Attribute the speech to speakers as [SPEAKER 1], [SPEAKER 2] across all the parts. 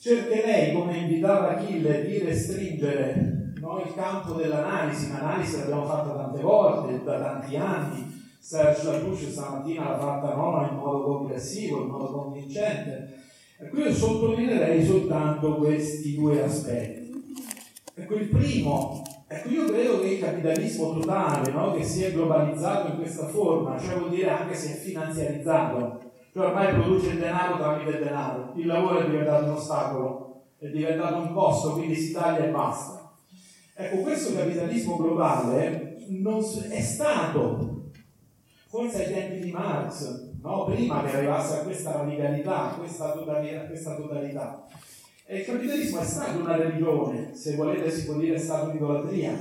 [SPEAKER 1] Cercherei, come invitava Achille, di restringere, no, il campo dell'analisi. L'analisi l'abbiamo fatta tante volte, da tanti anni. Serge Latouche stamattina l'ha fatta, no, in modo complessivo, in modo convincente. E qui io sottolineerei soltanto questi due aspetti. Ecco, il primo, io credo che il capitalismo totale, no, che si è globalizzato in questa forma, cioè vuol dire anche si è finanziarizzato, cioè ormai produce il denaro tramite il denaro, il lavoro è diventato un ostacolo, è diventato un costo, quindi si taglia e basta. Ecco, questo capitalismo globale non è stato, forse ai tempi di Marx, no, prima che arrivasse a questa radicalità, a questa totalità. E il capitalismo è stato una religione, se volete si può dire è stato un'idolatria,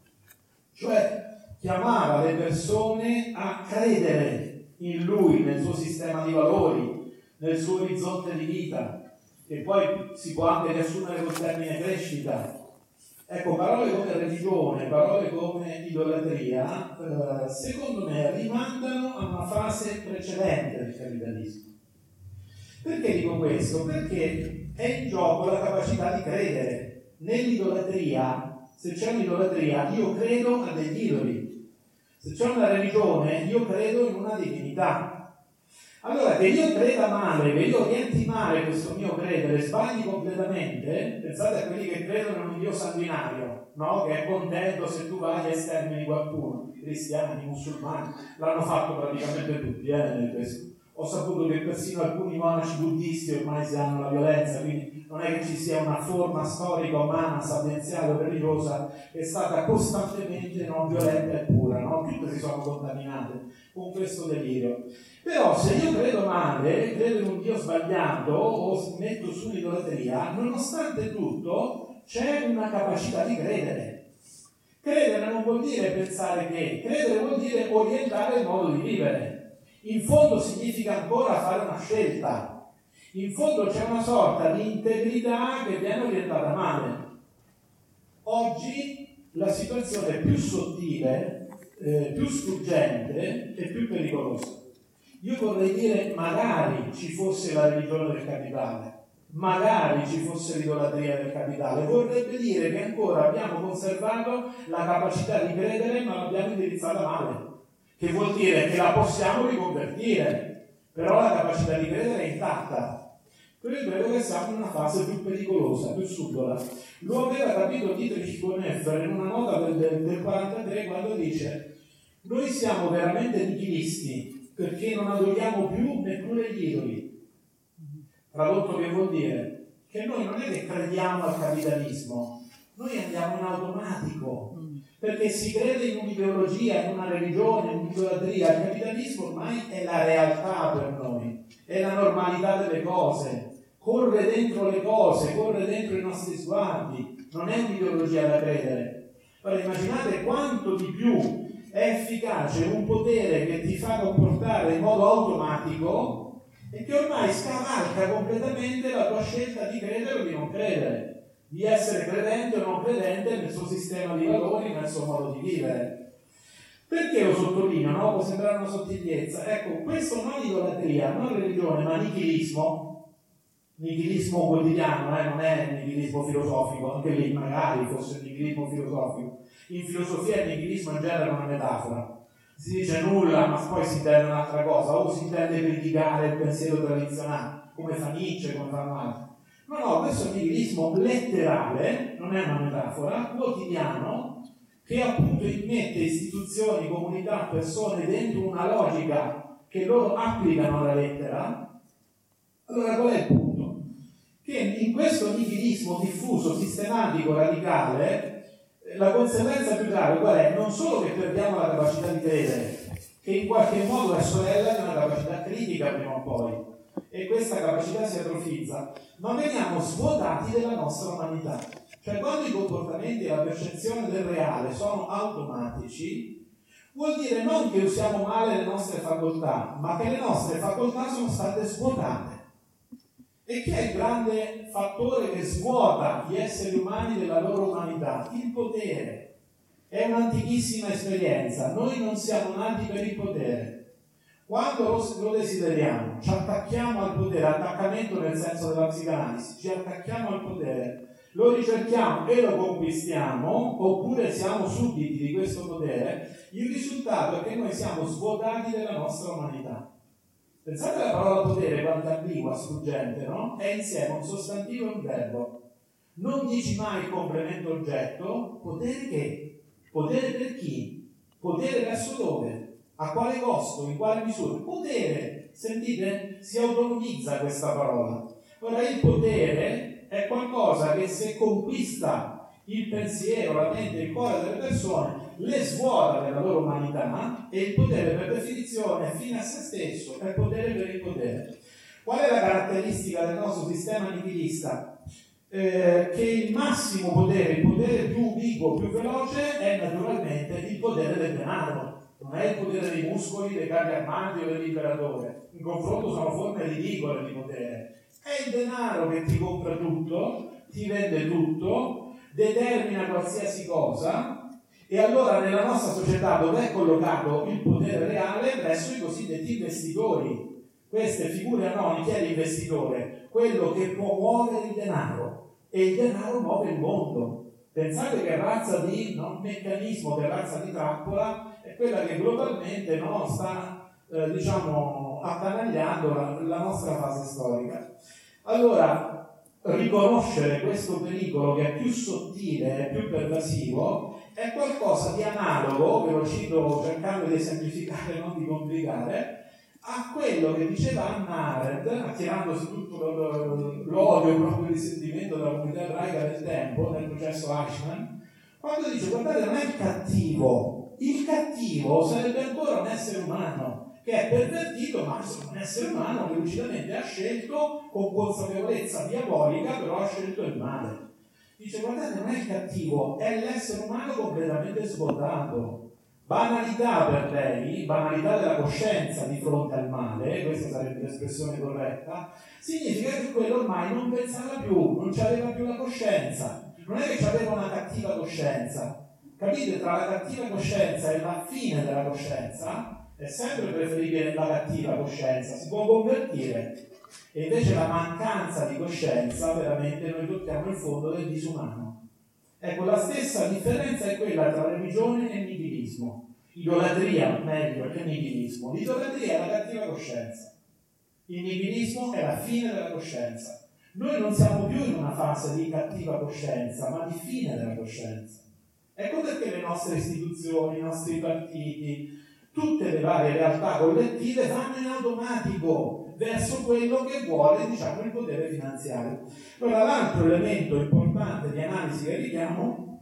[SPEAKER 1] cioè chiamava le persone a credere in lui, nel suo sistema di valori, nel suo orizzonte di vita, che poi si può anche riassumere col termine crescita. Ecco, parole come religione, parole come idolatria, secondo me rimandano a una fase precedente del capitalismo. Perché dico questo? Perché è in gioco la capacità di credere. Nell'idolatria, se c'è un'idolatria, io credo a degli idoli. Se c'è una religione, io credo in una divinità. Allora, che io creda male, che io orienti male questo mio credere, sbagli completamente, pensate a quelli che credono in un Dio sanguinario, no? Che è contento se tu vai e stermini qualcuno, i cristiani, i musulmani, l'hanno fatto praticamente tutti, nel questo. Ho saputo che persino alcuni monaci buddisti ormai si hanno la violenza, quindi non è che ci sia una forma storica, umana, sapienziale o religiosa che è stata costantemente non violenta e pura, no? Tutte si sono contaminate con questo delirio. Però se io credo male, credo in un Dio sbagliato o metto su un'idolatria, nonostante tutto c'è una capacità di credere. Credere non vuol dire pensare che, credere vuol dire orientare il modo di vivere. In fondo significa ancora fare una scelta. In fondo c'è una sorta di integrità che viene orientata male. Oggi la situazione è più sottile, più sfuggente e più pericolosa. Io vorrei dire magari ci fosse la religione del capitale, magari ci fosse l'idolatria del capitale, vorrebbe dire che ancora abbiamo conservato la capacità di credere ma l'abbiamo indirizzata male. Che vuol dire che la possiamo riconvertire, però la capacità di credere è intatta. Però io credo che siamo in una fase più pericolosa, più subdola. Lo aveva capito Dietrich Bonhoeffer in una nota del 43 quando dice: noi siamo veramente nichilisti perché non adoriamo più neppure gli idoli. Tradotto che vuol dire? Che noi non è che crediamo al capitalismo, noi andiamo in automatico. Perché si crede in un'ideologia, in una religione, in un'idolatria. Il capitalismo ormai è la realtà per noi, è la normalità delle cose, corre dentro le cose, corre dentro i nostri sguardi, non è un'ideologia da credere. Ora immaginate quanto di più è efficace un potere che ti fa comportare in modo automatico e che ormai scavalca completamente la tua scelta di credere o di non credere, di essere credente o non credente nel suo sistema di valori, nel suo modo di vivere. Perché lo sottolineo? No? Può sembrare una sottigliezza. Ecco, questo non idolatria, non religione, ma nichilismo quotidiano, non è nichilismo filosofico, anche lì magari fosse nichilismo filosofico. In filosofia il nichilismo in genere è una metafora. Si dice nulla, ma poi si intende un'altra cosa, o si intende criticare il pensiero tradizionale, come fa Nietzsche, come fanno altri. No, questo è un nichilismo letterale, non è una metafora, quotidiano, che appunto immette istituzioni, comunità, persone dentro una logica che loro applicano alla lettera. Allora qual è il punto? Che in questo nichilismo diffuso, sistematico, radicale, la conseguenza più grave qual è? Non solo che perdiamo la capacità di credere, che in qualche modo è sorella di una capacità critica prima o poi, e questa capacità si atrofizza, ma veniamo svuotati della nostra umanità. Cioè quando i comportamenti e la percezione del reale sono automatici, vuol dire non che usiamo male le nostre facoltà, ma che le nostre facoltà sono state svuotate. E che è il grande fattore che svuota gli esseri umani della loro umanità? Il potere. È un'antichissima esperienza. Noi non siamo nati per il potere. Quando lo desideriamo, ci attacchiamo al potere, attaccamento nel senso della psicanalisi, ci attacchiamo al potere, lo ricerchiamo e lo conquistiamo, oppure siamo sudditi di questo potere, il risultato è che noi siamo svuotati della nostra umanità. Pensate alla parola potere, quanto ambigua, sfuggente, no? È insieme un sostantivo e un verbo. Non dici mai il complemento oggetto, potere che? Potere per chi? Potere verso dove? A quale costo? In quale misura? Potere, sentite? Si autonomizza questa parola. Ora, il potere è qualcosa che se conquista il pensiero, la mente, il cuore delle persone, le svuota della loro umanità, e il potere per definizione è fine a se stesso, è potere per il potere. Qual è la caratteristica del nostro sistema nichilista? Che il massimo potere, il potere più ubiquo, più veloce, è naturalmente il potere del denaro. Non è il potere dei muscoli, dei carri armati o dell'imperatore. In confronto sono forme ridicole di potere. È il denaro che ti compra tutto, ti vende tutto, determina qualsiasi cosa. E allora nella nostra società dove è collocato il potere reale? Presso i cosiddetti investitori. Queste figure anonime. Chi è l'investitore? Quello che può muovere il denaro, e il denaro muove il mondo. Pensate che razza di meccanismo, che razza di trappola è quella che globalmente sta attanagliando la nostra fase storica. Allora, riconoscere questo pericolo, che è più sottile e più pervasivo, è qualcosa di analogo, ve lo cito cercando di semplificare, non di complicare, a quello che diceva Hannah Arendt, attirandosi tutto l'odio, proprio il risentimento della comunità ebraica del tempo, nel processo Eichmann, quando dice: guardate, non è il cattivo sarebbe ancora un essere umano, che è pervertito, ma è un essere umano che lucidamente ha scelto, con consapevolezza diabolica, però ha scelto il male. Dice: guardate, non è il cattivo, è l'essere umano completamente svuotato. Banalità per lei, banalità della coscienza di fronte al male, questa sarebbe l'espressione corretta, significa che quello ormai non pensava più, non c'aveva più la coscienza. Non è che aveva una cattiva coscienza. Capite? Tra la cattiva coscienza e la fine della coscienza è sempre preferibile la cattiva coscienza, si può convertire. E invece la mancanza di coscienza, veramente noi tocchiamo il fondo del disumano. Ecco, la stessa differenza è quella tra religione e nichilismo. Idolatria, meglio, che nichilismo. L'idolatria è la cattiva coscienza. Il nichilismo è la fine della coscienza. Noi non siamo più in una fase di cattiva coscienza, ma di fine della coscienza. Ecco perché le nostre istituzioni, i nostri partiti, tutte le varie realtà collettive vanno in automatico verso quello che vuole, il potere finanziario. Allora, l'altro elemento importante di analisi che richiamo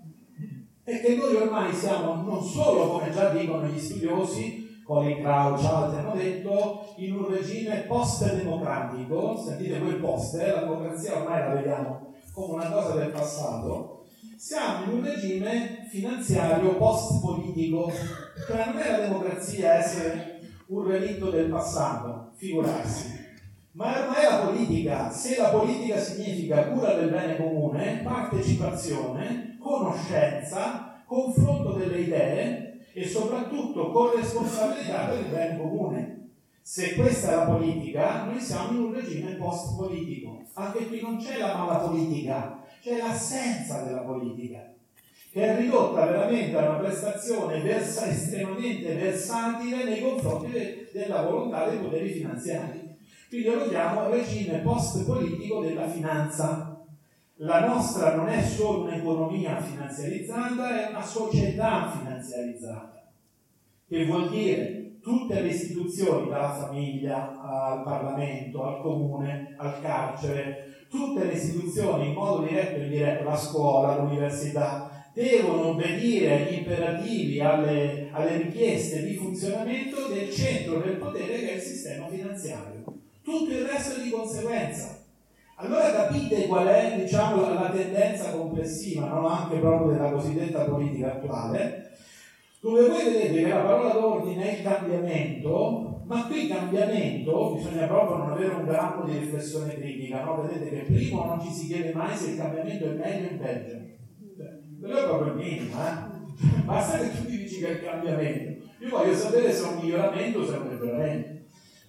[SPEAKER 1] è che noi ormai siamo non solo, come già dicono gli studiosi, Colin Crouch, altri hanno detto, in un regime post-democratico. Sentite quel post, la democrazia ormai la vediamo come una cosa del passato. Siamo in un regime finanziario post-politico, cioè non è la democrazia essere un relitto del passato, figurarsi, ma ormai è la politica. Se la politica significa cura del bene comune, partecipazione, conoscenza, confronto delle idee e soprattutto corresponsabilità per il bene comune. Se questa è la politica, noi siamo in un regime post-politico. Anche qui non c'è la mala politica, c'è l'assenza della politica, che è ridotta veramente a una prestazione estremamente versatile nei confronti della volontà dei poteri finanziari. Quindi lo chiamo regime post-politico della finanza. La nostra non è solo un'economia finanziarizzata, è una società finanziarizzata, che vuol dire tutte le istituzioni, dalla famiglia al Parlamento, al comune, al carcere, tutte le istituzioni in modo diretto e indiretto, la scuola, l'università, devono obbedire agli imperativi, alle richieste di funzionamento del centro del potere, che è il sistema finanziario. Tutto il resto è di conseguenza. Allora capite qual è, la tendenza complessiva, no? Anche proprio della cosiddetta politica attuale, dove voi vedete che la parola d'ordine è il cambiamento, ma qui cambiamento bisogna proprio non avere un grammo di riflessione critica, no? Vedete che prima non ci si chiede mai se il cambiamento è meglio o peggio. Quello è proprio il minimo, Basta che tu mi dici che è il cambiamento. Io voglio sapere se è un miglioramento o se è un peggioramento.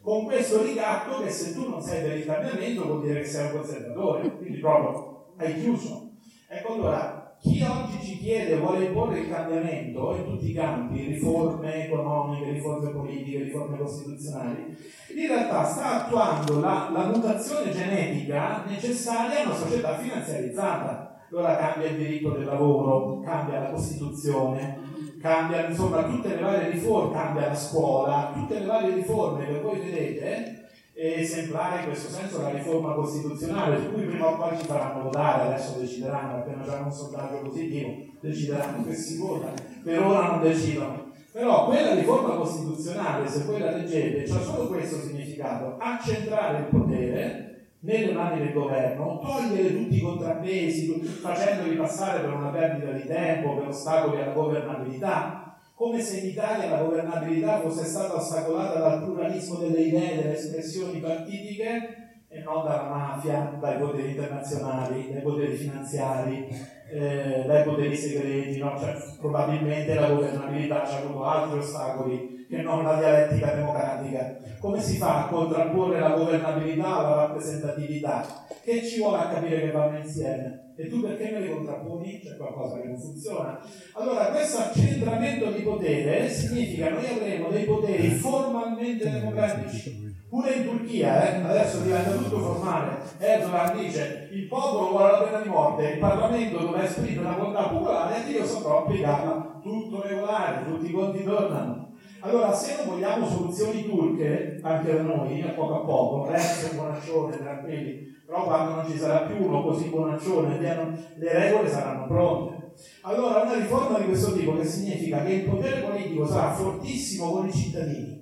[SPEAKER 1] con questo ricatto che se tu non sei per il cambiamento vuol dire che sei un conservatore, quindi proprio hai chiuso. Ecco, allora, chi oggi ci chiede, vuole imporre il cambiamento in tutti i campi, riforme economiche, riforme politiche, riforme costituzionali, in realtà sta attuando la mutazione genetica necessaria a una società finanziarizzata. Allora cambia il diritto del lavoro, cambia la Costituzione, cambia insomma tutte le varie riforme, cambia la scuola, tutte le varie riforme che voi vedete, esemplare in questo senso la riforma costituzionale, su cui prima o poi ci faranno votare, adesso decideranno, appena c'è un sondaggio positivo, decideranno che si vota, per ora non decidono. Però quella riforma costituzionale, se voi la leggete, c'ha solo questo significato: accentrare il potere nelle mani del governo, togliere tutti i contrappesi, facendoli passare per una perdita di tempo, per ostacoli alla governabilità, come se in Italia la governabilità fosse stata ostacolata dal pluralismo delle idee, delle espressioni partitiche e non dalla mafia, dai poteri internazionali, dai poteri finanziari, dai poteri segreti, no? Cioè, probabilmente la governabilità ha avuto altri ostacoli che non la dialettica democratica. Come si fa a contrapporre la governabilità alla rappresentatività? Che ci vuole a capire che vanno insieme? E tu perché me le contrapponi? C'è qualcosa che non funziona. Allora, questo accentramento di potere significa che noi avremo dei poteri formalmente democratici. Pure in Turchia, adesso diventa tutto formale. Erdogan dice: il popolo vuole la pena di morte, il Parlamento dove esprime una volontà popolare e io saprò applicarla. Tutto regolare, tutti i conti tornano. Allora, se non vogliamo soluzioni turche, anche da noi, a poco, resto bonaccione, tranquilli, però quando non ci sarà più uno così bonaccione, le regole saranno pronte. Allora, una riforma di questo tipo, che significa che il potere politico sarà fortissimo con i cittadini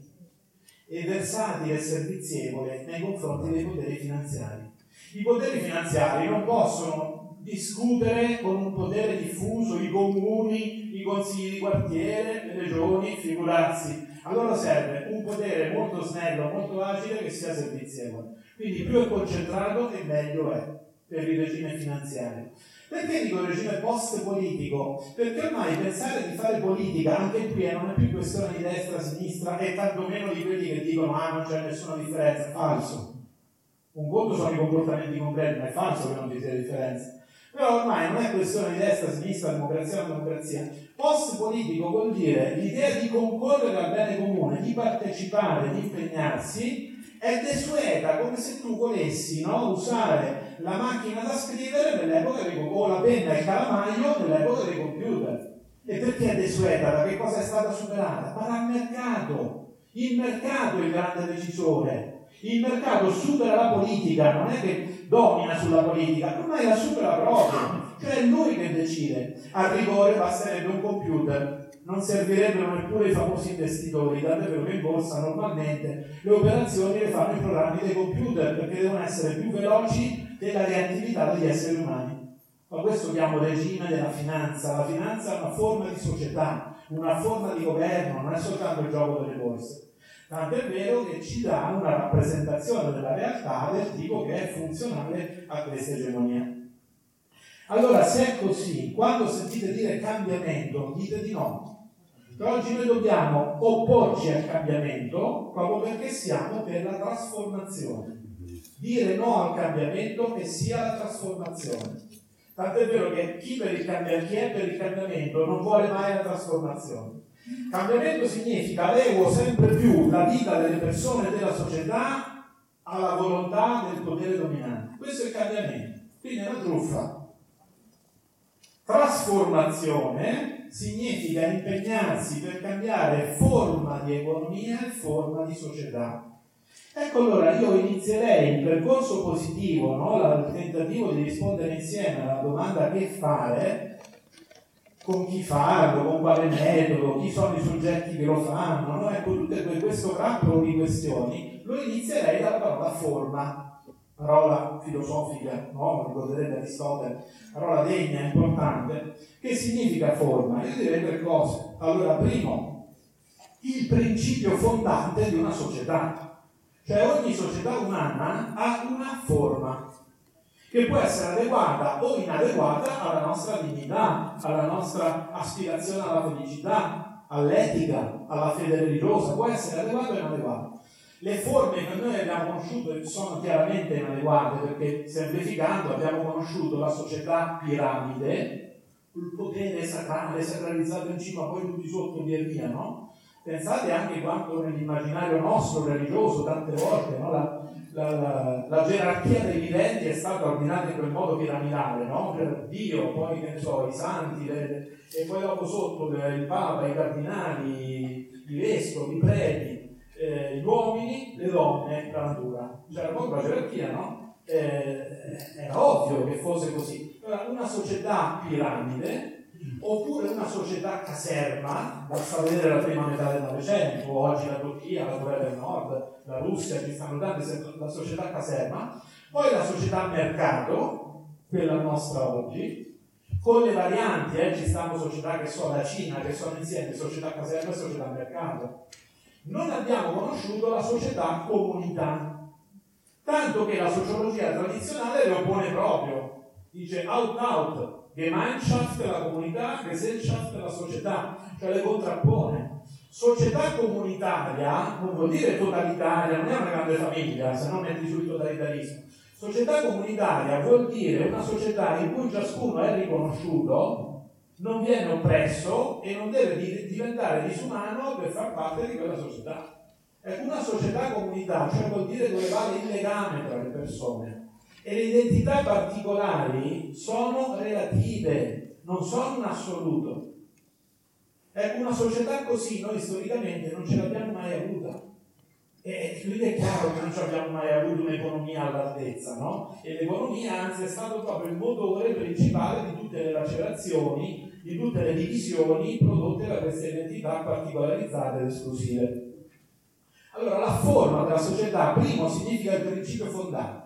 [SPEAKER 1] e versatile e servizievole nei confronti dei poteri finanziari. I poteri finanziari non possono discutere con un potere diffuso, i comuni, i consigli di quartiere, le regioni, figurarsi. Allora serve un potere molto snello, molto agile, che sia servizievole. Quindi più è concentrato e meglio è per il regime finanziario. Perché dico regime post-politico? Perché ormai pensare di fare politica anche qui non è più questione di destra-sinistra e tantomeno di quelli che dicono non c'è nessuna differenza. Falso. Un conto sono i comportamenti concreti, ma è falso che non ci sia differenza. Però ormai non è questione di destra, sinistra, democrazia o democrazia. Post-politico vuol dire l'idea di concorrere al bene comune, di partecipare, di impegnarsi, è desueta, come se tu volessi usare la macchina da scrivere nell'epoca o la penna e il calamaio nell'epoca dei computer. E perché è desueta? Da che cosa è stata superata? Ma dal mercato. Il mercato è il grande decisore. Il mercato supera la politica, non è che domina sulla politica, ormai la supera proprio. Cioè è lui che decide. A rigore basterebbe un computer. Non servirebbero neppure i famosi investitori, tant'è vero che in borsa normalmente le operazioni le fanno i programmi dei computer perché devono essere più veloci della reattività degli esseri umani. Ma questo chiamo regime della finanza. La finanza è una forma di società, una forma di governo, non è soltanto il gioco delle borse. Tanto è vero che ci dà una rappresentazione della realtà del tipo che è funzionale a questa egemonia. Allora, se è così, quando sentite dire cambiamento, dite di no. Per oggi noi dobbiamo opporci al cambiamento proprio perché siamo per la trasformazione. Dire no al cambiamento che sia la trasformazione. Tanto è vero che chi è per il cambiamento non vuole mai la trasformazione. Cambiamento significa adeguo sempre più la vita delle persone e della società alla volontà del potere dominante. Questo è il cambiamento. Quindi è una truffa. Trasformazione significa impegnarsi per cambiare forma di economia e forma di società. Ecco, allora io inizierei il percorso positivo, il tentativo di rispondere insieme alla domanda che fare, con chi farlo, con quale metodo, chi sono i soggetti che lo fanno, ecco, tutto questo grappolo di questioni lo inizierei dalla parola forma. Parola filosofica, ricorderete Aristotele, parola degna, importante, che significa forma. Io direi tre cose. Allora, primo, il principio fondante di una società. Cioè ogni società umana ha una forma, che può essere adeguata o inadeguata alla nostra dignità, alla nostra aspirazione alla felicità, all'etica, alla fede religiosa, può essere adeguata o inadeguata. Le forme che noi abbiamo conosciuto sono chiaramente inadeguate, perché semplificando abbiamo conosciuto la società piramide, il potere sacrale, sacralizzato in cima, poi tutti sotto via via, no? Pensate anche quanto nell'immaginario nostro religioso tante volte, no? La gerarchia dei viventi è stata ordinata in quel modo piramidale, no? Per Dio, poi che ne so, i santi, e poi dopo sotto il Papa, i cardinali, i vescovi, i preti, gli uomini, le donne, la natura. C'era proprio la gerarchia, no? Era ovvio che fosse così. Allora, una società piramide oppure una società caserma, basta vedere la prima metà del Novecento, oggi la Turchia, la Corea del Nord, la Russia, ci stanno tante, la società caserma, poi la società mercato, quella nostra oggi, con le varianti, ci stanno società che sono la Cina, che sono insieme società caserma e società mercato. Non abbiamo conosciuto la società comunità, tanto che la sociologia tradizionale le oppone proprio, dice out, Gemeinschaft la comunità, Gesellschaft la società, cioè le contrappone. Società comunitaria non vuol dire totalitaria, non è una grande famiglia, se no metti sul totalitarismo. Società comunitaria vuol dire una società in cui ciascuno è riconosciuto, non viene oppresso e non deve diventare disumano per far parte di quella società. Ecco, una società comunitaria, cioè vuol dire dove vale il legame tra le persone. E le identità particolari sono relative, non sono un assoluto. Ecco, una società così noi storicamente non ce l'abbiamo mai avuta. E quindi è chiaro che non ci abbiamo mai avuto un'economia all'altezza, no? E l'economia anzi è stato proprio il motore principale di tutte le lacerazioni, di tutte le divisioni prodotte da queste identità particolarizzate ed esclusive. Allora, la forma della società, primo, significa il principio fondante.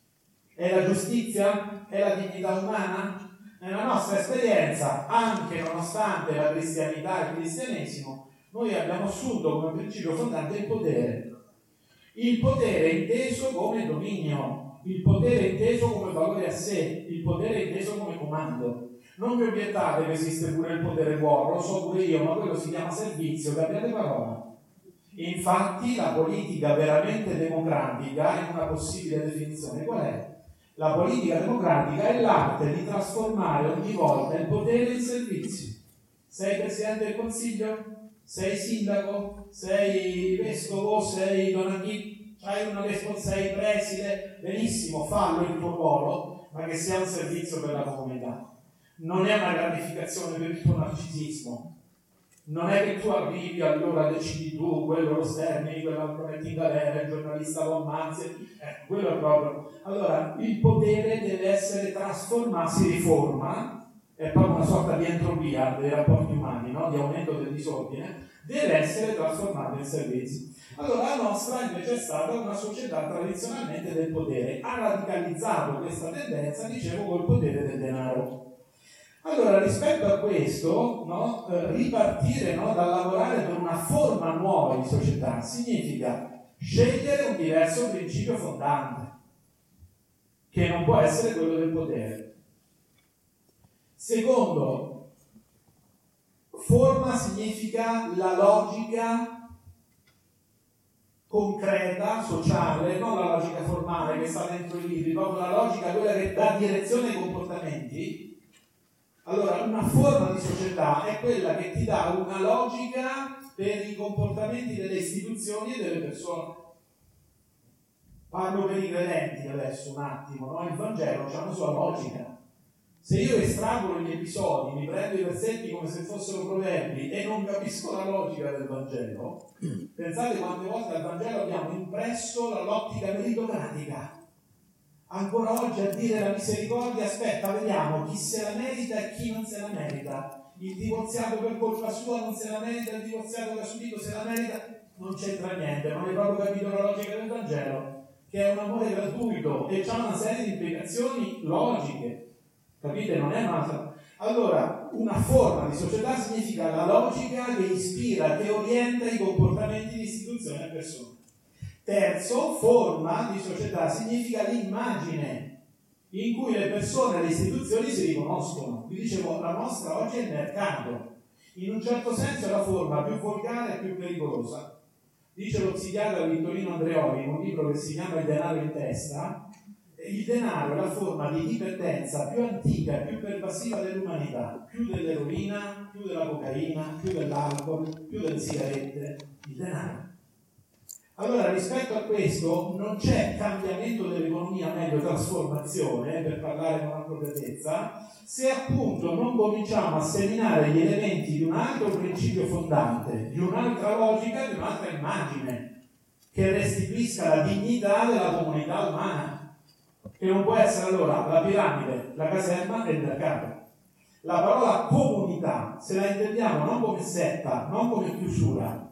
[SPEAKER 1] È la giustizia? È la dignità umana? Nella nostra esperienza, anche nonostante la cristianità e il cristianesimo, noi abbiamo assunto come principio fondante il potere. Il potere inteso come dominio, il potere inteso come valore a sé, il potere inteso come comando. Non vi obiettate che esiste pure il potere buono, lo so pure io, ma quello si chiama servizio, cambiate parola. Infatti la politica veramente democratica, in una possibile definizione, qual è? La politica democratica è l'arte di trasformare ogni volta il potere in servizio. Sei Presidente del Consiglio? Sei sindaco? Sei vescovo? Sei donaghi? Hai una responsabilità? Sei preside? Benissimo, fallo il tuo ruolo, ma che sia un servizio per la comunità. Non è una gratificazione per il tuo narcisismo. Non è che tu arrivi, allora decidi tu, quello lo stermini, quello lo metti in galera, il giornalista lo ammazzi, quello è proprio. Allora, il potere deve essere trasformato, si riforma, è proprio una sorta di entropia dei rapporti umani, no? Di aumento del disordine, deve essere trasformato in servizio. Allora, la nostra invece è stata una società tradizionalmente del potere, ha radicalizzato questa tendenza, dicevo, col potere del denaro. Allora, rispetto a questo, no, ripartire, no, dal lavorare per una forma nuova di società significa scegliere un diverso principio fondante, che non può essere quello del potere. Secondo, forma significa la logica concreta, sociale, non la logica formale che sta dentro i libri, proprio la logica, quella che dà direzione ai comportamenti. Allora, una forma di società è quella che ti dà una logica per i comportamenti delle istituzioni e delle persone. Parlo per i credenti adesso un attimo, no? Il Vangelo ha una sua logica. Se io estrapolo gli episodi, mi prendo i versetti come se fossero proverbi e non capisco la logica del Vangelo, pensate quante volte al Vangelo abbiamo impresso l'ottica meritocratica. Ancora oggi a dire la misericordia, aspetta, vediamo chi se la merita e chi non se la merita. Il divorziato per colpa sua non se la merita, il divorziato che ha subito se la merita. Non c'entra niente, non hai proprio capito la logica del Vangelo, che è un amore gratuito e ha una serie di implicazioni logiche. Capite? Non è un'altra. Allora, una forma di società significa la logica che ispira, che orienta i comportamenti di istituzioni e persone. Terzo, forma di società significa l'immagine in cui le persone e le istituzioni si riconoscono. Vi dicevo, la nostra oggi è il mercato. In un certo senso è la forma più volgare e più pericolosa. Dice lo psichiatra Vittorino Andreoli in un libro che si chiama Il denaro in testa: il denaro è la forma di dipendenza più antica e più pervasiva dell'umanità, più dell'eroina, più della cocaina, più dell'alcol, più delle sigarette, il denaro. Allora, rispetto a questo non c'è cambiamento dell'economia, meglio trasformazione, per parlare con appropriatezza, se appunto non cominciamo a seminare gli elementi di un altro principio fondante, di un'altra logica, di un'altra immagine, che restituisca la dignità della comunità umana, che non può essere allora la piramide, la caserma e il mercato. La parola comunità, se la intendiamo non come setta, non come chiusura.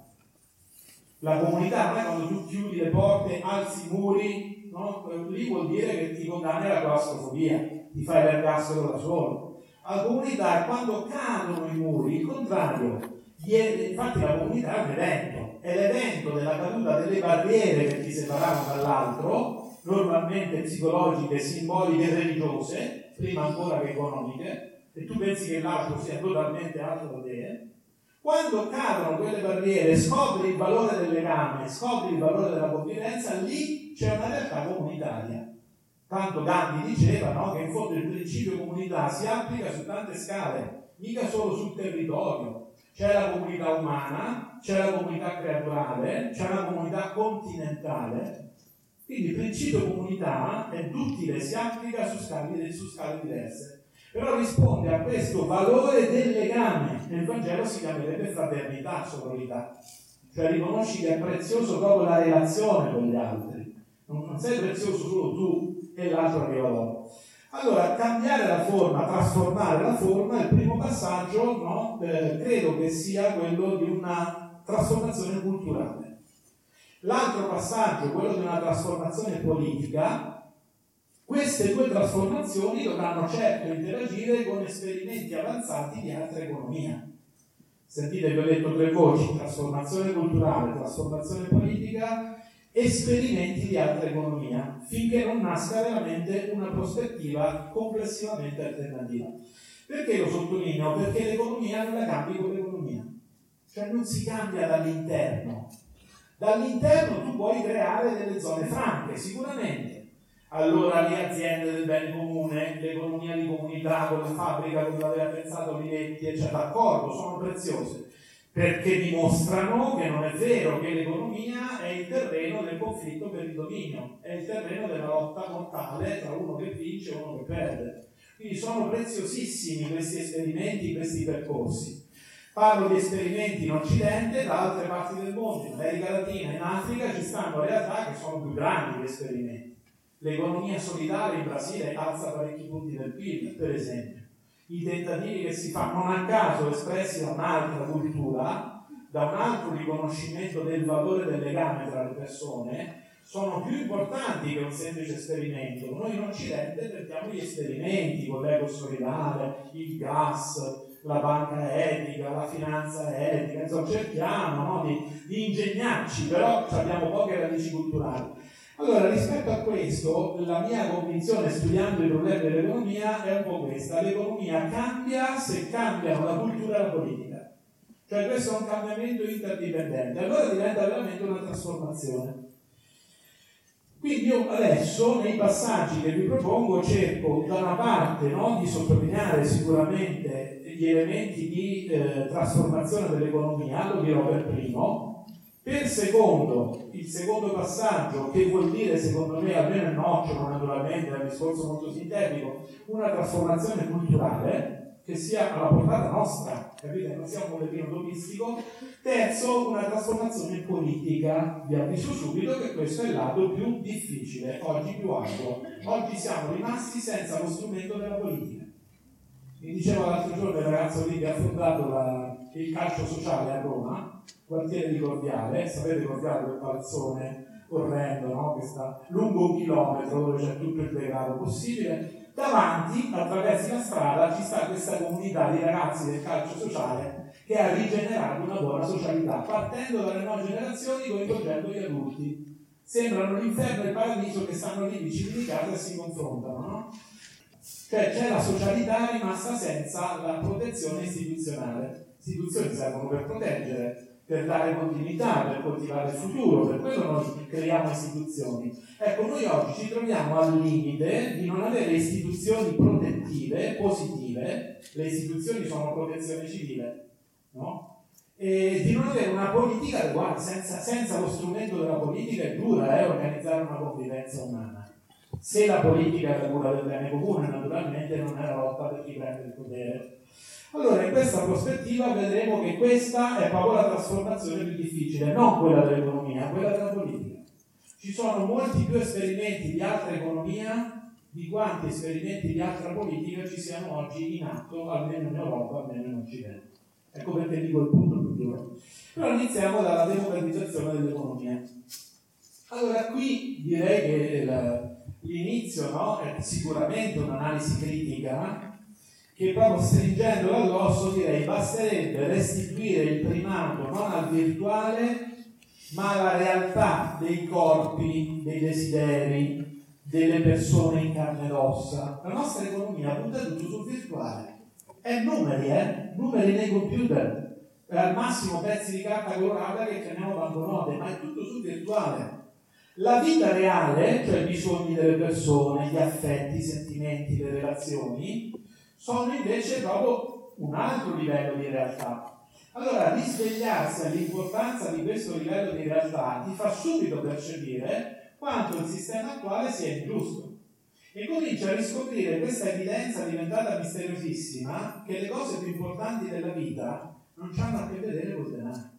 [SPEAKER 1] La comunità non è quando tu chiudi le porte, alzi i muri, no? Lì vuol dire che ti condanni alla claustrofobia, ti fai l'ergastolo da solo. La comunità è quando cadono i muri, il contrario. Infatti la comunità è un evento, è l'evento della caduta delle barriere che ti separavano dall'altro, normalmente psicologiche, simboliche e religiose, prima ancora che economiche, e tu pensi che l'altro sia totalmente altro da te. Quando cadono quelle barriere, scopri il valore del legame, scopri il valore della convivenza, lì c'è una realtà comunitaria. Tanto Gandhi diceva, no, che in fondo il principio comunità si applica su tante scale, mica solo sul territorio. C'è la comunità umana, c'è la comunità creaturale, c'è la comunità continentale. Quindi il principio comunità è duttile, si applica su scale diverse. Però risponde a questo valore del legame. Nel Vangelo si chiamerebbe fraternità, sororità. Cioè riconosci che è prezioso proprio la relazione con gli altri. Non sei prezioso solo tu e l'altro arriva dopo. Allora, cambiare la forma, trasformare la forma, il primo passaggio, no, credo che sia quello di una trasformazione culturale. L'altro passaggio, quello di una trasformazione politica. Queste due trasformazioni dovranno certo interagire con esperimenti avanzati di altra economia. Sentite, vi ho detto 3 voci: trasformazione culturale, trasformazione politica, esperimenti di altra economia, finché non nasca veramente una prospettiva complessivamente alternativa. Perché lo sottolineo? Perché l'economia non la cambi con l'economia, cioè non si cambia dall'interno. Dall'interno tu puoi creare delle zone franche, sicuramente. Allora le aziende del bene comune, l'economia di comunità, con la fabbrica come l'aveva pensato Olivetti, eccetera, d'accordo, sono preziose, perché dimostrano che non è vero che l'economia è il terreno del conflitto per il dominio, è il terreno della lotta mortale tra uno che vince e uno che perde. Quindi sono preziosissimi questi esperimenti, questi percorsi. Parlo di esperimenti in Occidente, da altre parti del mondo, in America Latina, in Africa, ci stanno realtà che sono più grandi di esperimenti. L'economia solidale in Brasile alza parecchi punti del PIL, per esempio. I tentativi che si fanno non a caso espressi da un'altra cultura, da un altro riconoscimento del valore del legame tra le persone, sono più importanti che un semplice esperimento. Noi in Occidente tentiamo gli esperimenti con l'eco solidale, il gas, la banca etica, la finanza etica, insomma cerchiamo, no, di ingegnarci, però abbiamo poche radici culturali. Allora, rispetto a questo, la mia convinzione studiando i problemi dell'economia è un po' questa: l'economia cambia se cambiano la cultura e la politica. Cioè questo è un cambiamento interdipendente, allora diventa veramente una trasformazione. Quindi io adesso, nei passaggi che vi propongo, cerco da una parte, no, di sottolineare sicuramente gli elementi di trasformazione dell'economia, lo dirò per primo. Per secondo, il secondo passaggio, che vuol dire secondo me, almeno il nocciolo naturalmente, è un discorso molto sintetico, una trasformazione culturale che sia alla portata nostra, capite? Non sia un modello utopistico. Terzo, una trasformazione politica. Vi avviso subito che questo è il lato più difficile, oggi più arduo. Oggi siamo rimasti senza lo strumento della politica. Mi diceva l'altro giorno il ragazzo lì che ha fondato il calcio sociale a Roma, quartiere di Corviale, sapete Corviale, quel palazzone orrendo, no? Che sta lungo 1 chilometro, dove c'è tutto il degrado possibile. Davanti, attraverso la strada, ci sta questa comunità di ragazzi del calcio sociale che ha rigenerato una buona socialità, partendo dalle nuove generazioni, coinvolgendo gli adulti. Sembrano l'inferno e il paradiso che stanno lì vicini di casa e si confrontano, no? Cioè c'è la socialità rimasta senza la protezione istituzionale. Le istituzioni servono per proteggere, per dare continuità, per coltivare il futuro, per quello noi creiamo istituzioni. Ecco, noi oggi ci troviamo al limite di non avere istituzioni protettive, positive, le istituzioni sono protezione civile, no? E di non avere una politica adeguata. Senza lo strumento della politica è dura organizzare una convivenza umana. Se la politica è la cura del bene comune, naturalmente non è la lotta per chi prende il potere. Allora, in questa prospettiva vedremo che questa è proprio la trasformazione più difficile, non quella dell'economia, quella della politica. Ci sono molti più esperimenti di altra economia di quanti esperimenti di altra politica ci siano oggi in atto, almeno in Europa, almeno in Occidente. Ecco perché dico il punto più duro. Però iniziamo dalla democratizzazione dell'economia. Allora, qui direi che l'inizio, no, è sicuramente un'analisi critica, che proprio stringendo all'osso direi basterebbe restituire il primato non al virtuale ma alla realtà dei corpi, dei desideri, delle persone in carne ed ossa. La nostra economia punta tutto sul virtuale, è numeri nei computer, al massimo pezzi di carta colorata che chiamiamo banconote, ma è tutto sul virtuale. La vita reale, cioè i bisogni delle persone, gli affetti, i sentimenti, le relazioni, sono invece proprio un altro livello di realtà. Allora, risvegliarsi all'importanza di questo livello di realtà ti fa subito percepire quanto il sistema attuale sia ingiusto e comincia a riscoprire questa evidenza diventata misteriosissima che le cose più importanti della vita non hanno a che vedere col denaro.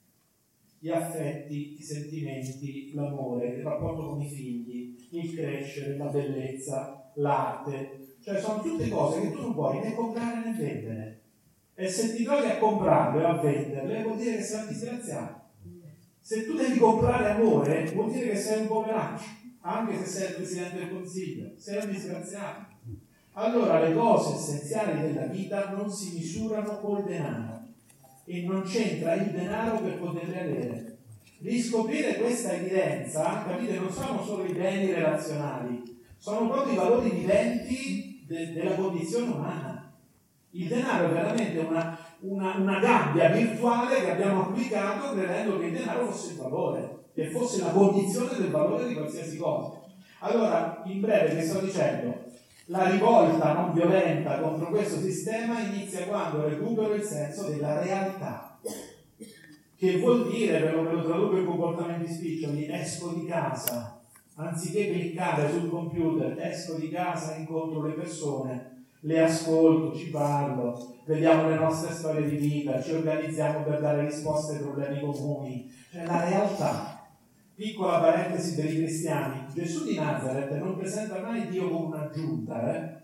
[SPEAKER 1] Gli affetti, i sentimenti, l'amore, il rapporto con i figli, il crescere, la bellezza, l'arte, cioè sono tutte cose che tu non puoi né comprare né vendere. E se ti trovi a comprarle o a venderle vuol dire che sei un disgraziato. Se tu devi comprare amore vuol dire che sei un poveraccio, anche se sei il Presidente del Consiglio, sei un disgraziato. Allora le cose essenziali della vita non si misurano col denaro e non c'entra il denaro per poterle avere. Riscoprire questa evidenza, capite, non sono solo i beni relazionali, sono proprio i valori viventi della condizione umana. Il denaro è veramente una gabbia virtuale che abbiamo applicato credendo che il denaro fosse il valore, che fosse la condizione del valore di qualsiasi cosa. Allora, in breve, che sto dicendo? La rivolta non violenta contro questo sistema inizia quando recupero il senso della realtà, che vuol dire, per lo traduco in comportamenti spiccioli, esco di casa, anziché cliccare sul computer, esco di casa, incontro le persone, le ascolto, ci parlo, vediamo le nostre storie di vita, ci organizziamo per dare risposte ai problemi comuni. Cioè la realtà. Piccola parentesi per i cristiani, Gesù di Nazareth non presenta mai Dio come un'aggiunta,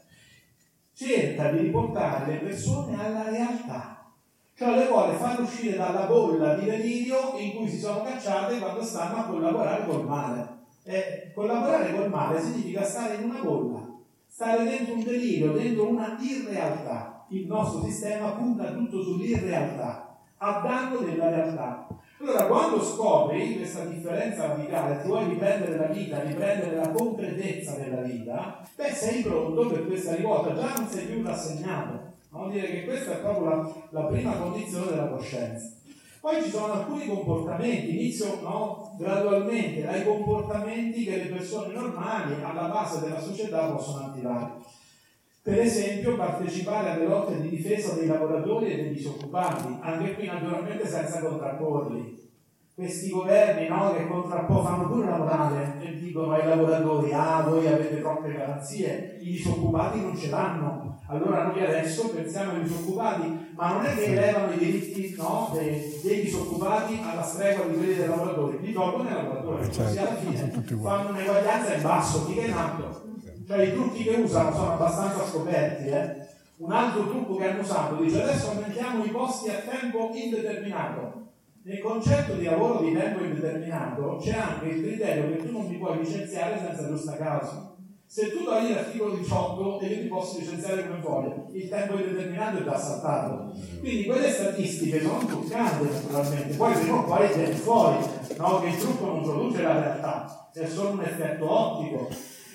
[SPEAKER 1] cerca di riportare le persone alla realtà, cioè le vuole far uscire dalla bolla di delirio in cui si sono cacciate quando stanno a collaborare col male. Collaborare col male significa stare in una bolla, stare dentro un delirio, dentro una irrealtà. Il nostro sistema punta tutto sull'irrealtà, a danno della realtà. Allora, quando scopri questa differenza radicale, ti vuoi riprendere la vita, riprendere la concretezza della vita, sei pronto per questa rivolta, già non sei più rassegnato. Vuol dire che questa è proprio la prima condizione della coscienza. Poi ci sono alcuni comportamenti, inizio gradualmente dai comportamenti che le persone normali alla base della società possono attivare. Per esempio partecipare alle lotte di difesa dei lavoratori e dei disoccupati, anche qui naturalmente senza contrapporli. Questi governi che fanno pure la morale e dicono ai lavoratori: voi avete troppe garanzie, i disoccupati non ce l'hanno, allora noi adesso pensiamo ai disoccupati, ma non è che elevano i diritti dei disoccupati alla stregua di quelli dei lavoratori, li tolgono ai lavoratori, così alla fine fanno un'eguaglianza in basso, mica in alto. Cioè i trucchi che usano sono abbastanza scoperti. Un altro trucco che hanno usato dice: adesso aumentiamo i posti a tempo indeterminato. Nel concetto di lavoro di tempo indeterminato c'è anche il criterio che tu non mi puoi licenziare senza giusta causa. Se tu togli l'articolo 18 e io ti posso licenziare come voglio, il tempo indeterminato è già saltato. Quindi quelle statistiche sono toccanti naturalmente, poi prima o poi viene fuori che il trucco non produce la realtà, è solo un effetto ottico.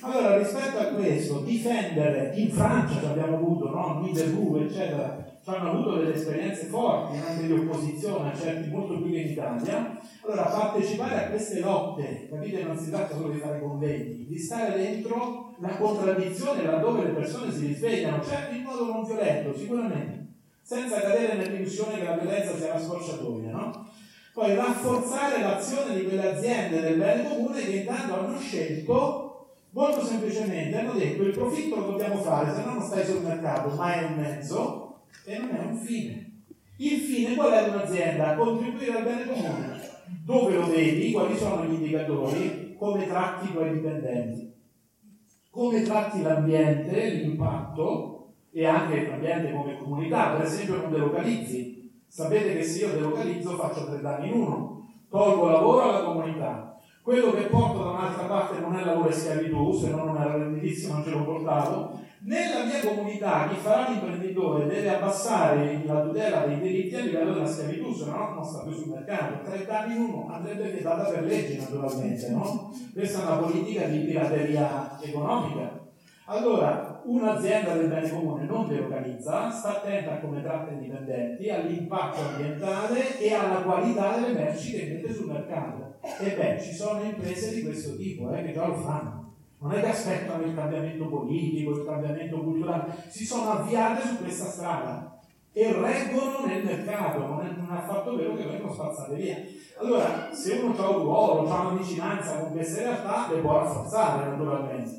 [SPEAKER 1] Allora, rispetto a questo, difendere, in Francia ci abbiamo avuto, no? Miderou, eccetera, ci hanno avuto delle esperienze forti anche di opposizione a certi, molto più che in Italia. Allora, partecipare a queste lotte, capite, non si tratta solo di fare convegni, di stare dentro la contraddizione laddove le persone si risvegliano, certo in modo non violento, sicuramente, senza cadere nell'illusione che la violenza sia la scorciatoia, no? Poi rafforzare l'azione di quelle aziende del bene comune che intanto hanno scelto, molto semplicemente, hanno detto il profitto lo dobbiamo fare, se no non stai sul mercato, ma è un mezzo e non è un fine. Il fine qual è un'azienda? Contribuire al bene comune. Dove lo vedi? Quali sono gli indicatori? Come tratti i tuoi dipendenti? Come tratti l'ambiente, l'impatto e anche l'ambiente come comunità? Per esempio non delocalizzi. Sapete che se io delocalizzo faccio 3 danni in uno. Tolgo lavoro alla comunità. Quello che porto da un'altra parte non è lavoro e schiavitù, se no non era redditizio, non ce lo portavo. Nella mia comunità chi farà l'imprenditore deve abbassare la tutela dei diritti a livello della schiavitù, se no non sta più sul mercato. 30 anni in uno andrebbe vietata per legge, naturalmente, no? Questa è una politica di pirateria economica. Allora, un'azienda del bene comune non delocalizza, sta attenta a come tratta i dipendenti, all'impatto ambientale e alla qualità delle merci che mette sul mercato. E beh, ci sono imprese di questo tipo che già lo fanno. Non è che aspettano il cambiamento politico, il cambiamento culturale, si sono avviate su questa strada e reggono nel mercato, non è affatto vero che vengono spazzate via. Allora, se uno ha un ruolo, ha una vicinanza con queste realtà, le può rafforzare naturalmente.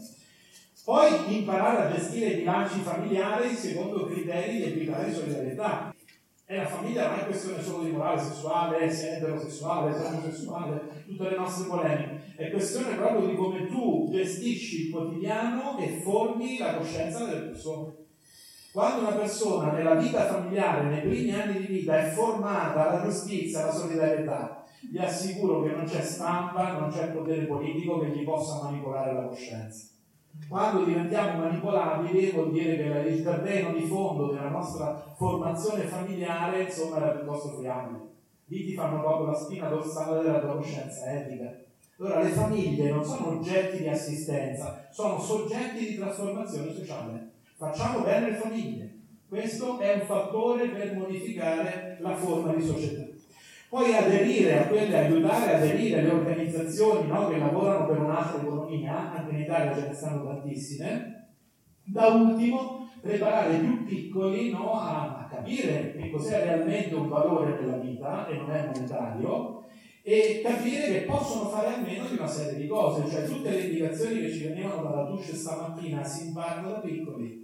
[SPEAKER 1] Poi imparare a gestire i bilanci familiari secondo criteri di equità e solidarietà. E la famiglia non è questione solo di morale sessuale, se è eterosessuale, se è omosessuale, tutte le nostre polemiche. È questione proprio di come tu gestisci il quotidiano e formi la coscienza delle persone. Quando una persona nella vita familiare, nei primi anni di vita, è formata alla giustizia, alla solidarietà, vi assicuro che non c'è stampa, non c'è potere politico che gli possa manipolare la coscienza. Quando diventiamo manipolabili vuol dire che il terreno di fondo della nostra formazione familiare insomma era piuttosto friabile. Lì ti fanno proprio la spina dorsale della tua coscienza etica. Allora le famiglie non sono oggetti di assistenza, sono soggetti di trasformazione sociale. Facciamo bene le famiglie. Questo è un fattore per modificare la forma di società. Poi aderire a quelle, aiutare a aderire le organizzazioni, no, che lavorano per un'altra economia, anche in Italia ce ne stanno tantissime. Da ultimo, preparare i più piccoli, no, a capire che cos'è realmente un valore nella vita e non è monetario, e capire che possono fare a meno di una serie di cose, cioè tutte le indicazioni che ci venivano dalla Tusce stamattina si imparano da piccoli.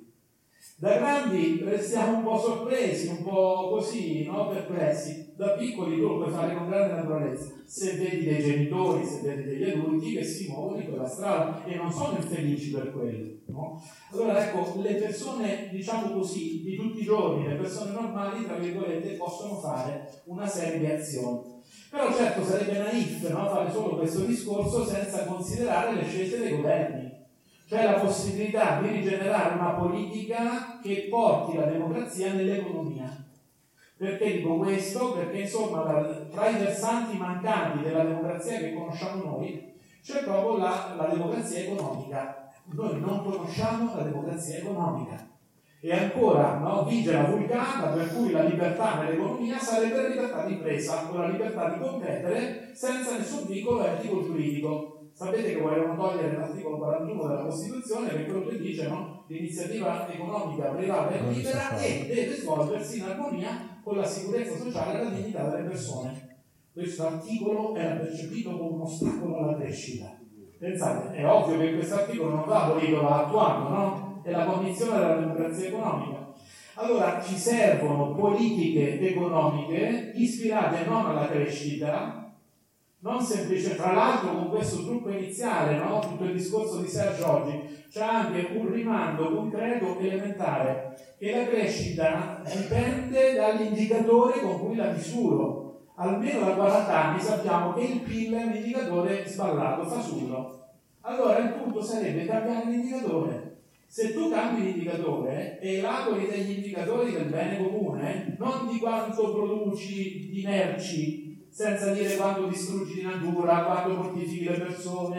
[SPEAKER 1] Da grandi restiamo un po' sorpresi, un po' così, no? Perplessi. Da piccoli tu lo puoi fare con grande naturalezza. Se vedi dei genitori, se vedi degli adulti che si muovono in quella strada e non sono infelici per quello, no? Allora ecco, le persone, diciamo così, di tutti i giorni, le persone normali, tra virgolette, possono fare una serie di azioni. Però certo sarebbe naif, no? Fare solo questo discorso senza considerare le scelte dei governi. Cioè la possibilità di rigenerare una politica che porti la democrazia nell'economia. Perché dico questo? Perché insomma tra i versanti mancanti della democrazia che conosciamo noi c'è proprio la democrazia economica. Noi non conosciamo la democrazia economica. E ancora no, vige la vulgata per cui la libertà nell'economia sarebbe la libertà di impresa o la libertà di competere senza nessun vincolo etico giuridico. Sapete che volevano togliere l'articolo 41 della Costituzione, che quello che dice, no? L'iniziativa economica privata è libera e deve svolgersi in armonia con la sicurezza sociale e la dignità delle persone. Questo articolo era percepito come un ostacolo alla crescita. Pensate, è ovvio che questo articolo non va abolito, va attuato, no? È la condizione della democrazia economica. Allora ci servono politiche economiche ispirate non alla crescita, non semplice, tra l'altro con questo trucco iniziale, no? Tutto il discorso di Serge oggi, c'è anche un rimando concreto elementare, che la crescita dipende dall'indicatore con cui la misuro. Almeno da 40 anni sappiamo che il PIL è un indicatore sballato, fasullo. Allora il punto sarebbe cambiare l'indicatore. Se tu cambi l'indicatore e elabori degli indicatori del bene comune, non di quanto produci di merci, senza dire quanto distruggi di natura, quanto mortifichi le persone,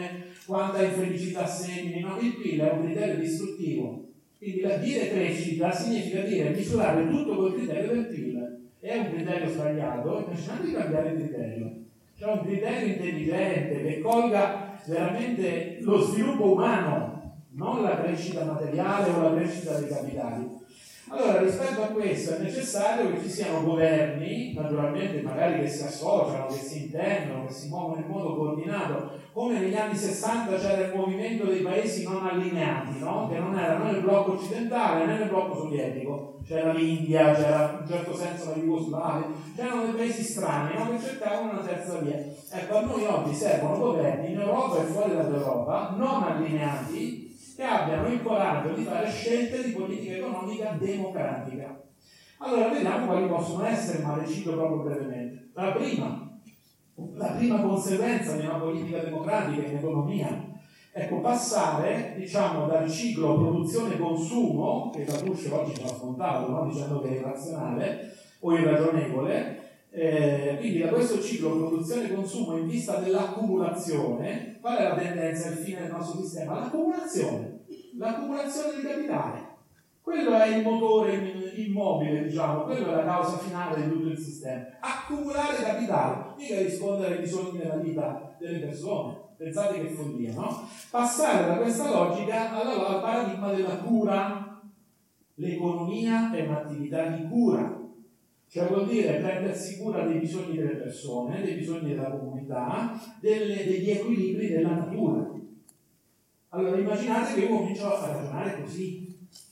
[SPEAKER 1] quanta infelicità semini, no? Il PIL è un criterio distruttivo. Quindi dire crescita significa dire misurare tutto col criterio del PIL. È un criterio sbagliato e cerchiamo di cambiare il criterio. C'è un criterio intelligente che colga veramente lo sviluppo umano, non la crescita materiale o la crescita dei capitali. Allora, rispetto a questo è necessario che ci siano governi, naturalmente magari che si associano, che si intendono, che si muovono in modo coordinato, come negli anni 60 c'era il movimento dei paesi non allineati, no? Che non era né nel blocco occidentale né nel blocco sovietico, c'era l'India, c'era in un certo senso la Jugoslavia, c'erano dei paesi strani, no? Che cercavano una terza via. Ecco, a noi oggi servono governi in Europa e fuori dall'Europa non allineati, che abbiano il coraggio di fare scelte di politica economica democratica. Allora vediamo quali possono essere, ma le cito proprio brevemente. La prima conseguenza di una politica democratica in economia, ecco, passare, diciamo, dal ciclo produzione-consumo, che Carluccio oggi ci ha smontato, no? Dicendo che è irrazionale o irragionevole, quindi da questo ciclo produzione-consumo in vista dell'accumulazione, qual è la tendenza e il fine del nostro sistema? L'accumulazione di capitale. Quello è il motore immobile, diciamo, quello è la causa finale di tutto il sistema. Accumulare capitale, mica rispondere ai bisogni della vita delle persone. Pensate che follia, no? Passare da questa logica al paradigma della cura. L'economia è un'attività di cura. Cioè vuol dire prendersi cura dei bisogni delle persone, dei bisogni della comunità, degli equilibri della natura. Allora immaginate che uno comincia a ragionare così.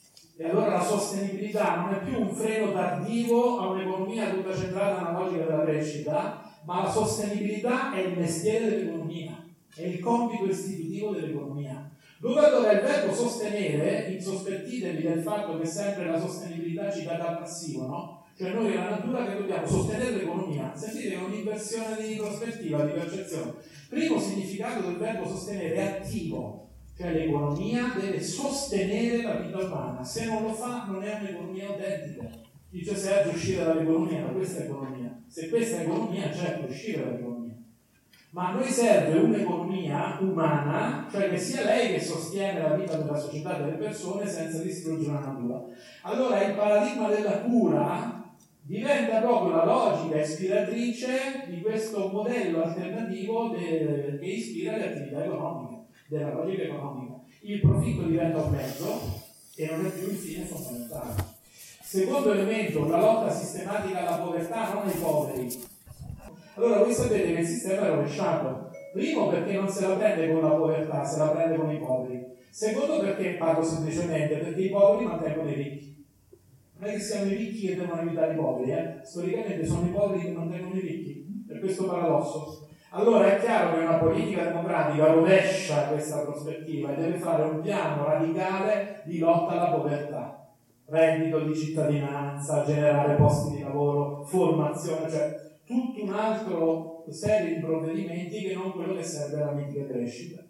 [SPEAKER 1] E allora la sostenibilità non è più un freno tardivo a un'economia tutta centrata nella logica della crescita, ma la sostenibilità è il mestiere dell'economia, è il compito istitutivo dell'economia. Dove allora il verbo sostenere, insospettitevi del fatto che sempre la sostenibilità ci dà dal passivo, no? Cioè noi è la natura che dobbiamo sostenere l'economia. Sentite, è un'inversione di prospettiva, di percezione. Primo significato del verbo sostenere è attivo, cioè l'economia deve sostenere la vita umana. Se non lo fa non è un'economia autentica. Dice Sergio, uscire dall'economia, da questa economia. Se questa è economia, certo, uscire dall'economia. Ma a noi serve un'economia umana, cioè che sia lei che sostiene la vita della società e delle persone senza distruggere la natura. Allora il paradigma della cura diventa proprio la logica ispiratrice di questo modello alternativo che ispira le attività economiche, della logica economica. Il profitto diventa un mezzo e non è più il fine fondamentale. Secondo elemento, la lotta sistematica alla povertà, non ai poveri. Allora voi sapete che il sistema è rovesciato. Primo perché non se la prende con la povertà, se la prende con i poveri. Secondo perché, parlo semplicemente, perché i poveri mantengono i ricchi. Non è che siano i ricchi che devono aiutare i poveri, storicamente sono i poveri che mantengono i ricchi, per questo paradosso. Allora è chiaro che una politica democratica rovescia questa prospettiva e deve fare un piano radicale di lotta alla povertà, reddito di cittadinanza, generare posti di lavoro, formazione, cioè tutto un altro serie di provvedimenti che non quello che serve alla mitica crescita.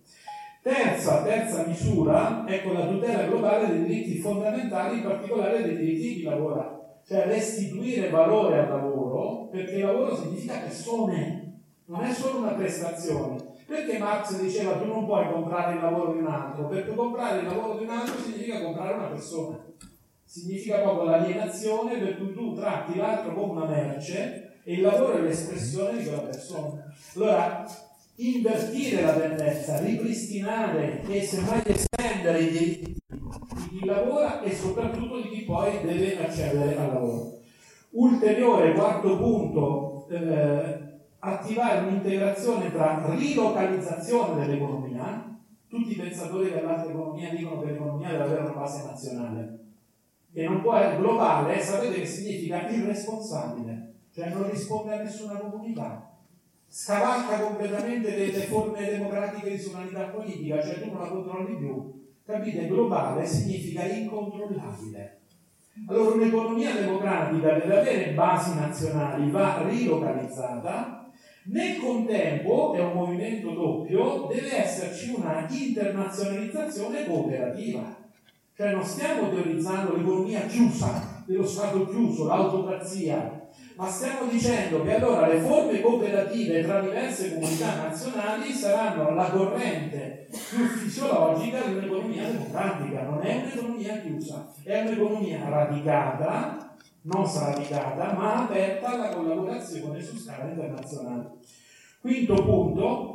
[SPEAKER 1] Terza misura è con la tutela globale dei diritti fondamentali, in particolare dei diritti di chi lavora, cioè restituire valore al lavoro, perché il lavoro significa persone, non è solo una prestazione. Perché Marx diceva tu non puoi comprare il lavoro di un altro? Perché comprare il lavoro di un altro significa comprare una persona, significa proprio l'alienazione, per cui tu tratti l'altro come una merce e il lavoro è l'espressione di quella persona. Allora invertire la tendenza, ripristinare e semmai estendere i diritti di chi lavora e soprattutto di chi poi deve accedere al lavoro. Ulteriore quarto punto, attivare un'integrazione tra rilocalizzazione dell'economia. Tutti i pensatori dell'alta economia dicono che l'economia deve avere una base nazionale e non può essere globale. Sapete che significa irresponsabile, cioè non risponde a nessuna comunità. Scavalca completamente le forme democratiche di sovranità politica, cioè tu non la controlli più. Capite? Globale significa incontrollabile. Allora un'economia democratica deve avere basi nazionali, va rilocalizzata. Nel contempo, è un movimento doppio, deve esserci una internazionalizzazione cooperativa. Cioè non stiamo teorizzando l'economia chiusa, dello Stato chiuso, l'autocrazia, ma stiamo dicendo che allora le forme cooperative tra diverse comunità nazionali saranno la corrente più fisiologica di un'economia democratica. Non è un'economia chiusa, è un'economia radicata, non sradicata, ma aperta alla collaborazione su scala internazionale. Quinto punto: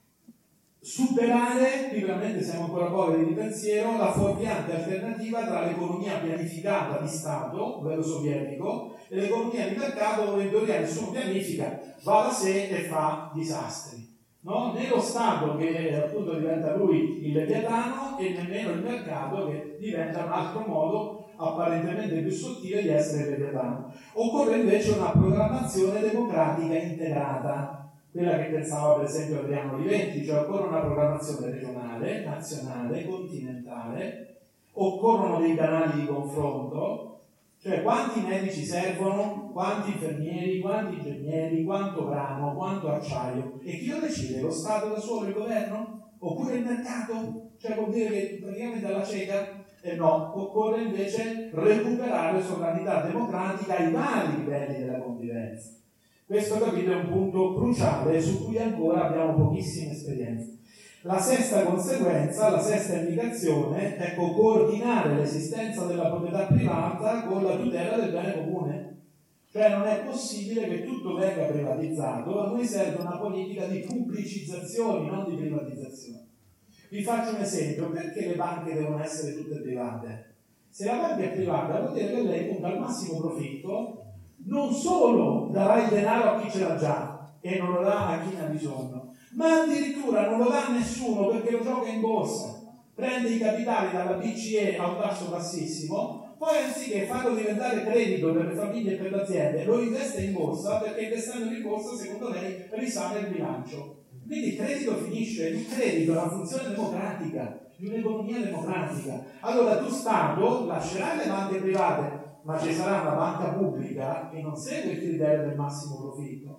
[SPEAKER 1] superare, qui veramente siamo ancora poveri di pensiero, la fuorviante alternativa tra l'economia pianificata di Stato, quello sovietico, e l'economia di mercato dove in teoria nessuno pianifica, va da sé e fa disastri. No? Né lo Stato che appunto diventa lui il leviatano e nemmeno il mercato che diventa un altro modo apparentemente più sottile di essere il leviatano. Occorre invece una programmazione democratica integrata, quella che pensava per esempio Adriano Olivetti, cioè occorre una programmazione regionale, nazionale, continentale, occorrono dei canali di confronto, cioè quanti medici servono, quanti infermieri, quanti ingegneri, quanto grano, quanto acciaio, e chi lo decide? Lo Stato da solo, il governo? Oppure il mercato? Cioè vuol dire che praticamente alla cieca? No, occorre invece recuperare sovranità democratica ai vari livelli della convivenza. Questo capito è un punto cruciale su cui ancora abbiamo pochissime esperienze. La sesta conseguenza, la sesta indicazione, ecco, coordinare l'esistenza della proprietà privata con la tutela del bene comune. Cioè non è possibile che tutto venga privatizzato, a noi serve una politica di pubblicizzazioni, non di privatizzazioni. Vi faccio un esempio: perché le banche devono essere tutte private? Se la banca è privata vuol dire che lei punta al massimo profitto, non solo darà il denaro a chi ce l'ha già e non lo dà a chi ne ha bisogno, ma addirittura non lo dà a nessuno perché lo gioca in borsa, prende i capitali dalla BCE a un tasso bassissimo, poi anziché farlo diventare credito per le famiglie e per le aziende, lo investe in borsa perché investendo in borsa secondo lei risale il bilancio. Quindi il credito finisce. Il credito è una funzione democratica, di un'economia democratica. Allora tu Stato lascerai le banche private, ma ci sarà una banca pubblica che non segue il criterio del massimo profitto,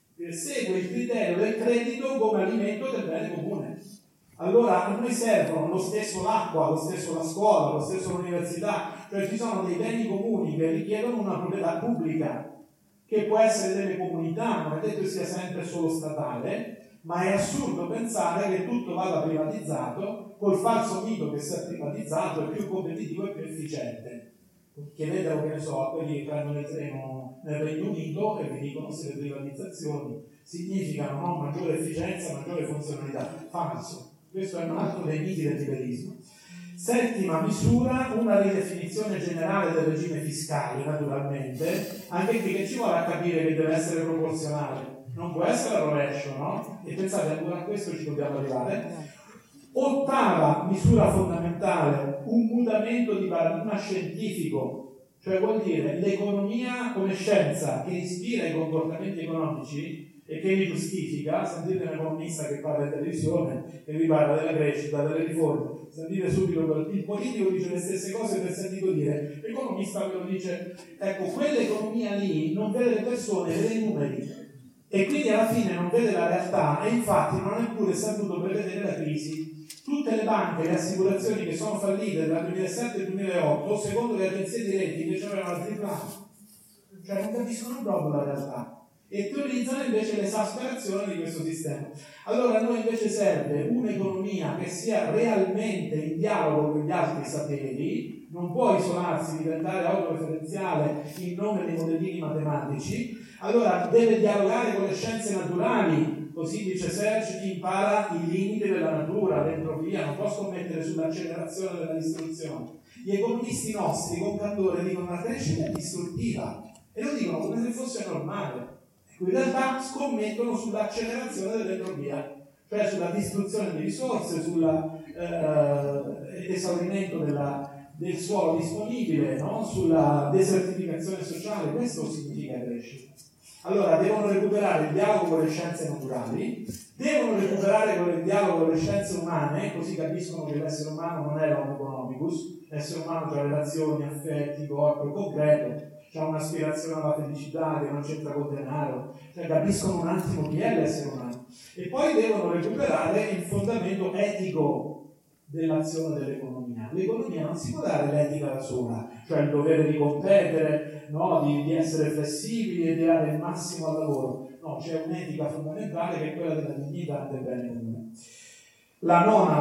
[SPEAKER 1] segue il criterio del credito come alimento del bene comune. Allora a noi servono lo stesso l'acqua, lo stesso la scuola, lo stesso l'università, cioè ci sono dei beni comuni che richiedono una proprietà pubblica, che può essere delle comunità, non è detto che sia sempre solo statale, ma è assurdo pensare che tutto vada privatizzato col falso mito che se è privatizzato è più competitivo e più efficiente. Chiedetelo, che ne so, a quelli che prendono il treno nel Regno Unito e vi dicono se le privatizzazioni significano no, maggiore efficienza, maggiore funzionalità. Falso. Questo è un altro dei miti del liberismo. Settima misura, una ridefinizione generale del regime fiscale, naturalmente, anche qui che ci vuole a capire che deve essere proporzionale, non può essere a rovescio, no? E pensate, ancora a questo ci dobbiamo arrivare. Ottava misura fondamentale, un mutamento di paradigma scientifico, cioè vuol dire l'economia come scienza che ispira i comportamenti economici e che li giustifica. Sentite un economista che parla in televisione e vi parla della crescita, delle riforme, sentite subito il politico dice le stesse cose per sentito dire, l'economista ve lo dice. Ecco, quell'economia lì non vede le persone, vede i numeri e quindi alla fine non vede la realtà, e infatti non ha neppure saputo prevedere la crisi. Tutte le banche e le assicurazioni che sono fallite dal 2007 al 2008, secondo le agenzie di rating, che avevano la tripla, cioè non capiscono proprio la realtà e teorizzano invece l'esasperazione di questo sistema. Allora a noi invece serve un'economia che sia realmente in dialogo con gli altri saperi, non può isolarsi, diventare autoreferenziale in nome dei modellini matematici. Allora deve dialogare con le scienze naturali. Così dice Serge, chi impara i limiti della natura, l'entropia, non può scommettere sull'accelerazione della distruzione. Gli economisti nostri con candore dicono la crescita è distruttiva e lo dicono come se fosse normale. In realtà scommettono sull'accelerazione dell'entropia, cioè sulla distruzione di risorse, sull'esaurimento del suolo disponibile, no? Sulla desertificazione sociale. Questo significa crescita. Allora devono recuperare il dialogo con le scienze naturali, devono recuperare il dialogo con le scienze umane, così capiscono che l'essere umano non è l'homo economicus, l'essere umano ha relazioni, affetti, corpo, concreto, ha un'aspirazione alla felicità che non c'entra col denaro, cioè capiscono un attimo chi è l'essere umano. E poi devono recuperare il fondamento etico dell'azione dell'economia. L'economia non si può dare l'etica da sola, cioè il dovere di competere, no? di essere flessibili e di dare il massimo al lavoro. No, c'è un'etica fondamentale che è quella della dignità del bene comune. La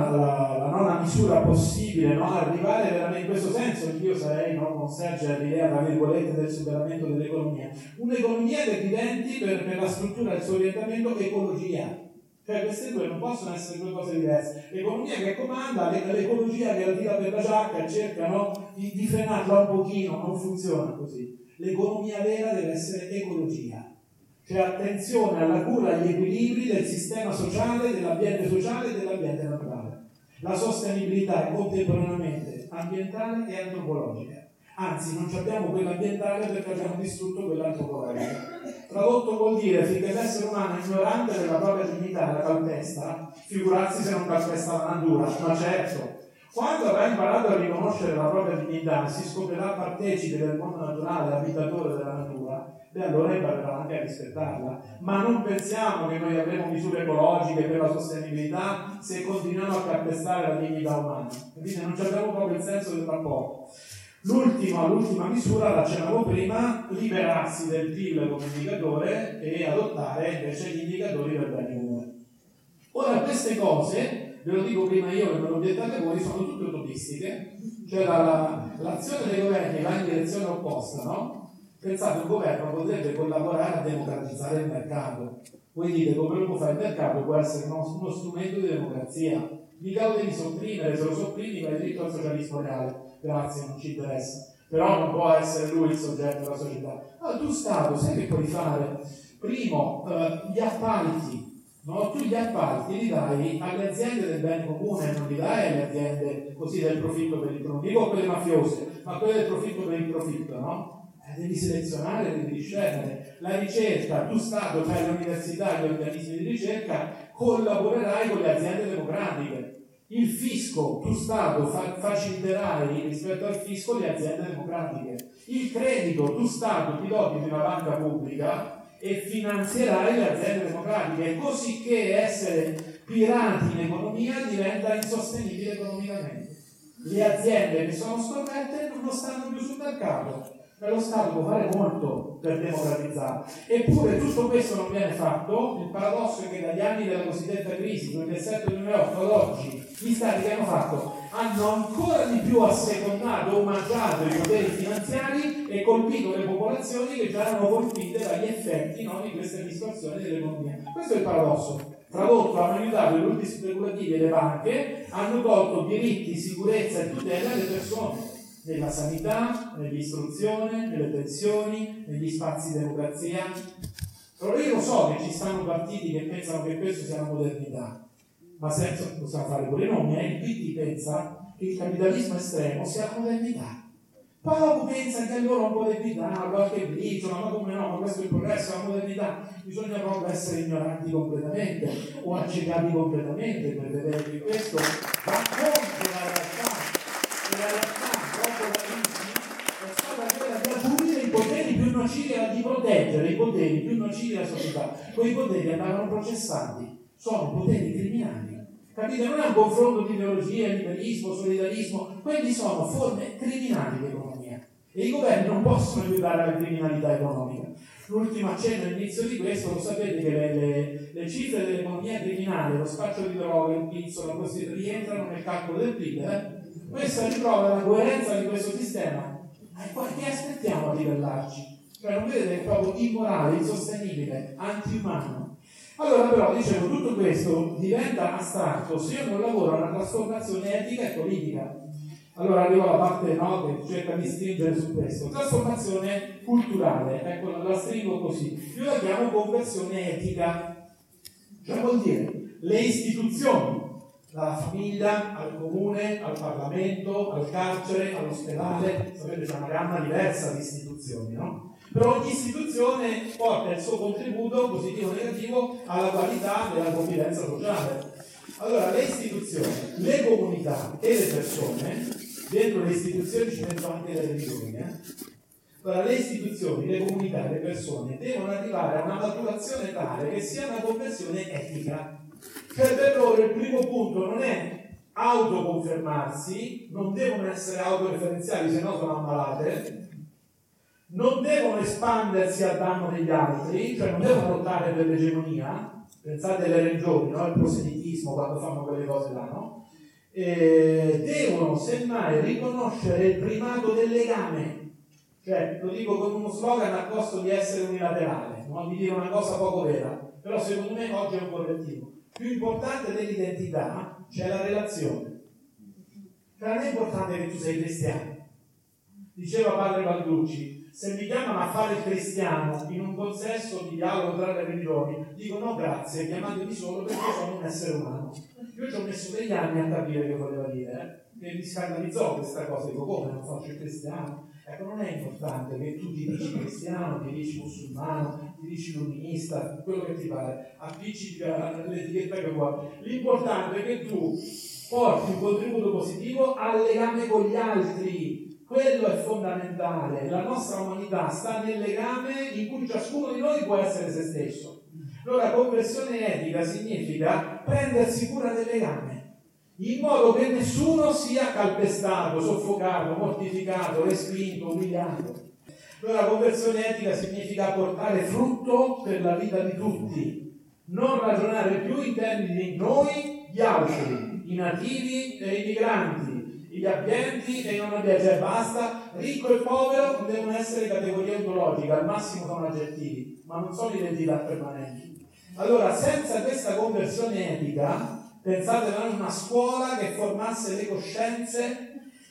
[SPEAKER 1] nona misura possibile, no? Arrivare veramente in questo senso, io sarei con Sergio all'idea, tra virgolette, del superamento dell'economia. Un'economia che diventi per la struttura del suo orientamento ecologia. Cioè queste due non possono essere due cose diverse. L'economia che comanda, l'ecologia che la tira per la giacca e cerca, no? di frenarla un pochino, non funziona così. L'economia vera deve essere ecologia. Cioè attenzione alla cura agli equilibri del sistema sociale, dell'ambiente sociale e dell'ambiente naturale. La sostenibilità è contemporaneamente ambientale e antropologica. Anzi, non abbiamo quella ambientale perché abbiamo distrutto quella antropologica. Tradotto vuol dire, finché l'essere umano è ignorante della propria dignità e la calpesta, figurarsi se non calpesta la natura, ma certo. Quando avrà imparato a riconoscere la propria dignità e si scoprirà partecipe del mondo naturale, abitatore della natura, e allora imparerà anche a rispettarla. Ma non pensiamo che noi avremo misure ecologiche per la sostenibilità se continuiamo a calpestare la dignità umana. Quindi non abbiamo proprio il senso del rapporto. L'ultima misura, l'accennavo prima, liberarsi del PIL come indicatore e adottare invece gli indicatori del bene comune. Ora queste cose, ve lo dico prima io che me lo obiettate voi, sono tutte utopistiche, cioè l'azione dei governi va in direzione opposta, no? Pensate, un governo potrebbe collaborare a democratizzare il mercato. Voi dite, come lo può fare il mercato? Può essere uno strumento di democrazia. Mica lo devi sopprimere, se lo sopprimi vai dritto al socialismo reale. Grazie, non ci interessa. Però non può essere lui il soggetto della società. Allora, tu Stato, sai che puoi fare? Primo, gli appalti. No? Tu gli appalti li dai alle aziende del bene comune, non li dai alle aziende così del profitto per il profitto. Dico quelle mafiose, ma quelle del profitto per il profitto, no? Devi selezionare, devi discernere. La ricerca, tu Stato, fai l'università e gli organismi di ricerca, collaborerai con le aziende democratiche. Il fisco, tu Stato, faciliterai rispetto al fisco le aziende democratiche. Il credito, tu Stato, ti doti di una banca pubblica e finanzierai le aziende democratiche, così che essere pirati in economia diventa insostenibile economicamente. Le aziende che sono scorrette non stanno più sul mercato. Lo Stato può fare molto per democratizzare, eppure tutto questo non viene fatto. Il paradosso è che dagli anni della cosiddetta crisi 2007-2008 ad oggi gli Stati che hanno fatto hanno ancora di più assecondato, omaggiato i poteri finanziari e colpito le popolazioni che già erano colpite dagli effetti, no, di queste distorsioni dell'economia. Questo è il paradosso. Tradotto, hanno aiutato i gruppi speculativi e le banche, hanno tolto diritti, sicurezza e tutela alle persone, nella sanità, nell'istruzione, nelle pensioni, negli spazi di democrazia. Allora io lo so che ci stanno partiti che pensano che questo sia la modernità, ma senza possiamo fare pure i nomi, il PD pensa che il capitalismo estremo sia la modernità. Paolo pensa che allora un po' di equità, qualche briciola, ma come no, ma questo è il progresso, la modernità. Bisogna proprio essere ignoranti completamente o accecati completamente per vedere che questo va contro la realtà. E la realtà, dopo la crisi, è stata quella di abolire i poteri più nocivi, di proteggere i poteri più nocivi della società. Quei poteri andavano processati, sono poteri criminali. Capite? Non è un confronto di ideologia, liberismo, solidarismo, quelli sono forme criminali di economia e i governi non possono aiutare la criminalità economica. L'ultimo accenno all'inizio di questo, lo sapete che le cifre dell'economia criminale, lo spaccio di droga, il pizzo, la prostituzione rientrano nel calcolo del PIL. Questa riprova la coerenza di questo sistema. Che aspettiamo a livellarci? Cioè non vedete che è proprio immorale, insostenibile, antiumano. Allora però, dicevo, tutto questo diventa astratto se io non lavoro alla trasformazione etica e politica. Allora arrivo alla parte, no, che cerca di stringere su questo. Trasformazione culturale, ecco, la stringo così. Io la chiamo conversione etica. Cioè vuol dire le istituzioni, dalla famiglia, al comune, al Parlamento, al carcere, all'ospedale. Sapete, c'è una gamma diversa di istituzioni, no? Però ogni istituzione porta il suo contributo, positivo o negativo, alla qualità della convivenza sociale. Allora, le istituzioni, le comunità e le persone, dentro le istituzioni ci metto anche le religioni, Allora, le istituzioni, le comunità e le persone devono arrivare a una maturazione tale che sia una conversione etica. Cioè per loro il primo punto non è autoconfermarsi, non devono essere autoreferenziali, se no sono ammalate, non devono espandersi a danno degli altri, cioè non devono lottare per l'egemonia. Pensate alle religioni, no? Il proselitismo, quando fanno quelle cose là, no? Devono semmai riconoscere il primato del legame. Cioè, lo dico con uno slogan a costo di essere unilaterale, no? Di dire una cosa poco vera, però secondo me oggi è un correttivo. Più importante dell'identità c'è la relazione. Cioè, non è importante che tu sei cristiano. Diceva padre Balducci, se mi chiamano a fare il cristiano in un consesso di dialogo tra le religioni, dico no grazie, chiamatemi solo perché sono un essere umano. Io ci ho messo degli anni a capire che voleva dire, che mi scandalizzò questa cosa, dico come non faccio il cristiano? Ecco, non è importante che tu ti dici cristiano, ti dici musulmano, ti dici illuminista, quello che ti pare, appiccichi l'etichetta che vuoi. L'importante è che tu porti un contributo positivo al legame con gli altri. Quello è fondamentale. La nostra umanità sta nel legame in cui ciascuno di noi può essere se stesso. Allora, conversione etica significa prendersi cura del legame, in modo che nessuno sia calpestato, soffocato, mortificato, respinto, umiliato. Allora, conversione etica significa portare frutto per la vita di tutti, non ragionare più in termini di noi, gli altri, i nativi e i migranti, gli abbienti e i non abbienti, cioè basta, ricco e povero non devono essere categorie ontologiche, al massimo sono aggettivi, ma non sono identità permanenti. Allora, senza questa conversione etica, pensate a una scuola che formasse le coscienze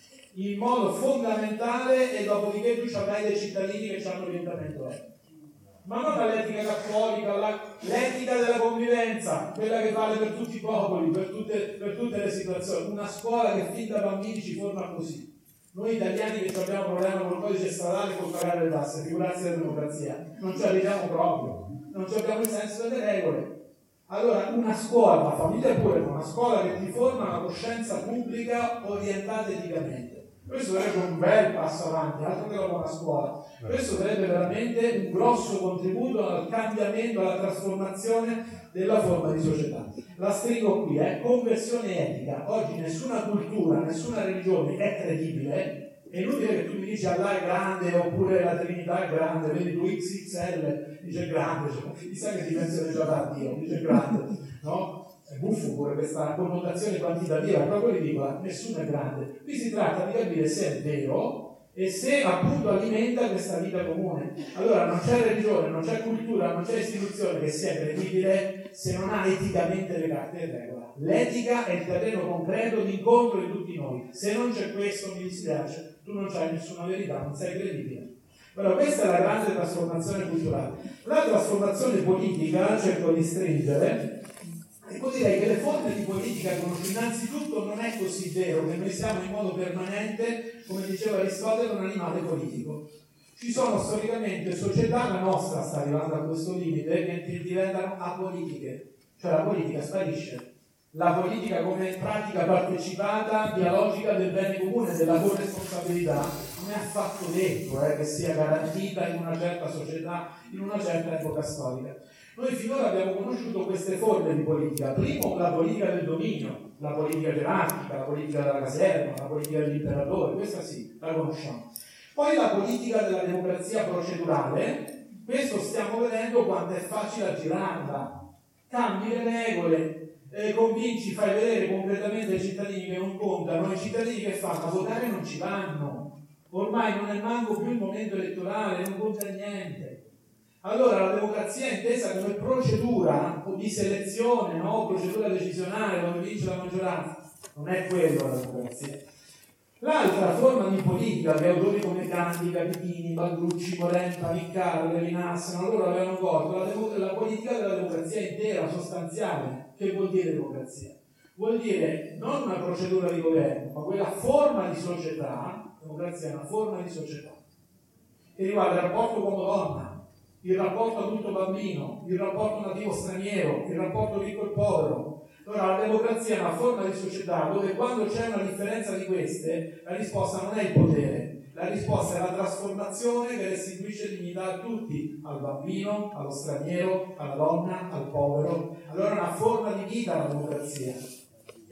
[SPEAKER 1] in modo fondamentale e dopodiché tu avrai dei cittadini che hanno orientamento etico. Ma non l'etica cattolica, l'etica della convivenza, quella che vale per tutti i popoli, per tutte le situazioni. Una scuola che fin da bambini ci forma così. Noi italiani che abbiamo problema con il codice stradale con pagare le tasse, figurarsi la democrazia, non ci arriviamo proprio, non abbiamo il senso delle regole. Allora una scuola, la famiglia pure, una scuola che ti forma una coscienza pubblica orientata eticamente. Questo sarebbe un bel passo avanti, altro che la buona scuola. Questo sarebbe veramente un grosso contributo al cambiamento, alla trasformazione della forma di società. La stringo qui, conversione etica. Oggi nessuna cultura, nessuna religione è credibile. È inutile che tu mi dici Allah è grande oppure la Trinità è grande, vedi tu XXL, dice grande, cioè, chissà che dimensione già da Dio, dice grande, no? È buffo pure questa connotazione quantitativa, è proprio ridicola, nessuno è grande. Qui si tratta di capire se è vero e se appunto alimenta questa vita comune. Allora non c'è religione, non c'è cultura, non c'è istituzione che sia credibile se non ha eticamente le carte in regola. L'etica è il terreno concreto di incontro di tutti noi. Se non c'è questo, mi dispiace, tu non c'hai nessuna verità, non sei credibile. Allora, questa è la grande trasformazione culturale. La trasformazione politica, cerco di stringere, e poi direi che le forme di politica conosciute, innanzitutto non è così vero che noi siamo in modo permanente, come diceva Aristotele, un animale politico. Ci sono storicamente società, la nostra sta arrivando a questo limite, che diventano apolitiche, cioè la politica sparisce. La politica come pratica partecipata, dialogica del bene comune, della corresponsabilità, non è affatto detto che sia garantita in una certa società, in una certa epoca storica. Noi finora abbiamo conosciuto queste forme di politica. Primo, la politica del dominio, la politica gerarchica, la politica della caserma, la politica dell'imperatore, questa sì, la conosciamo. Poi la politica della democrazia procedurale, questo stiamo vedendo quanto è facile aggirarla. Cambi le regole, convinci, fai vedere concretamente ai cittadini che non contano, i cittadini che fanno, a votare non ci vanno. Ormai non è manco più il momento elettorale, non conta niente. Allora la democrazia è intesa come procedura di selezione, no? Procedura decisionale dove vince la maggioranza. Non è quello la democrazia. L'altra forma di politica che autori come Gandhi, Capitini, Balducci, Morenta, Niccardo, Linassano, loro avevano colto la politica della democrazia intera, sostanziale. Che vuol dire democrazia? Vuol dire non una procedura di governo, ma quella forma di società, democrazia è una forma di società, che riguarda il rapporto uomo-donna, il rapporto adulto-bambino, il rapporto nativo-straniero, il rapporto ricco e povero. Allora la democrazia è una forma di società dove quando c'è una differenza di queste, la risposta non è il potere, la risposta è la trasformazione che restituisce dignità a tutti, al bambino, allo straniero, alla donna, al povero. Allora è una forma di vita la democrazia.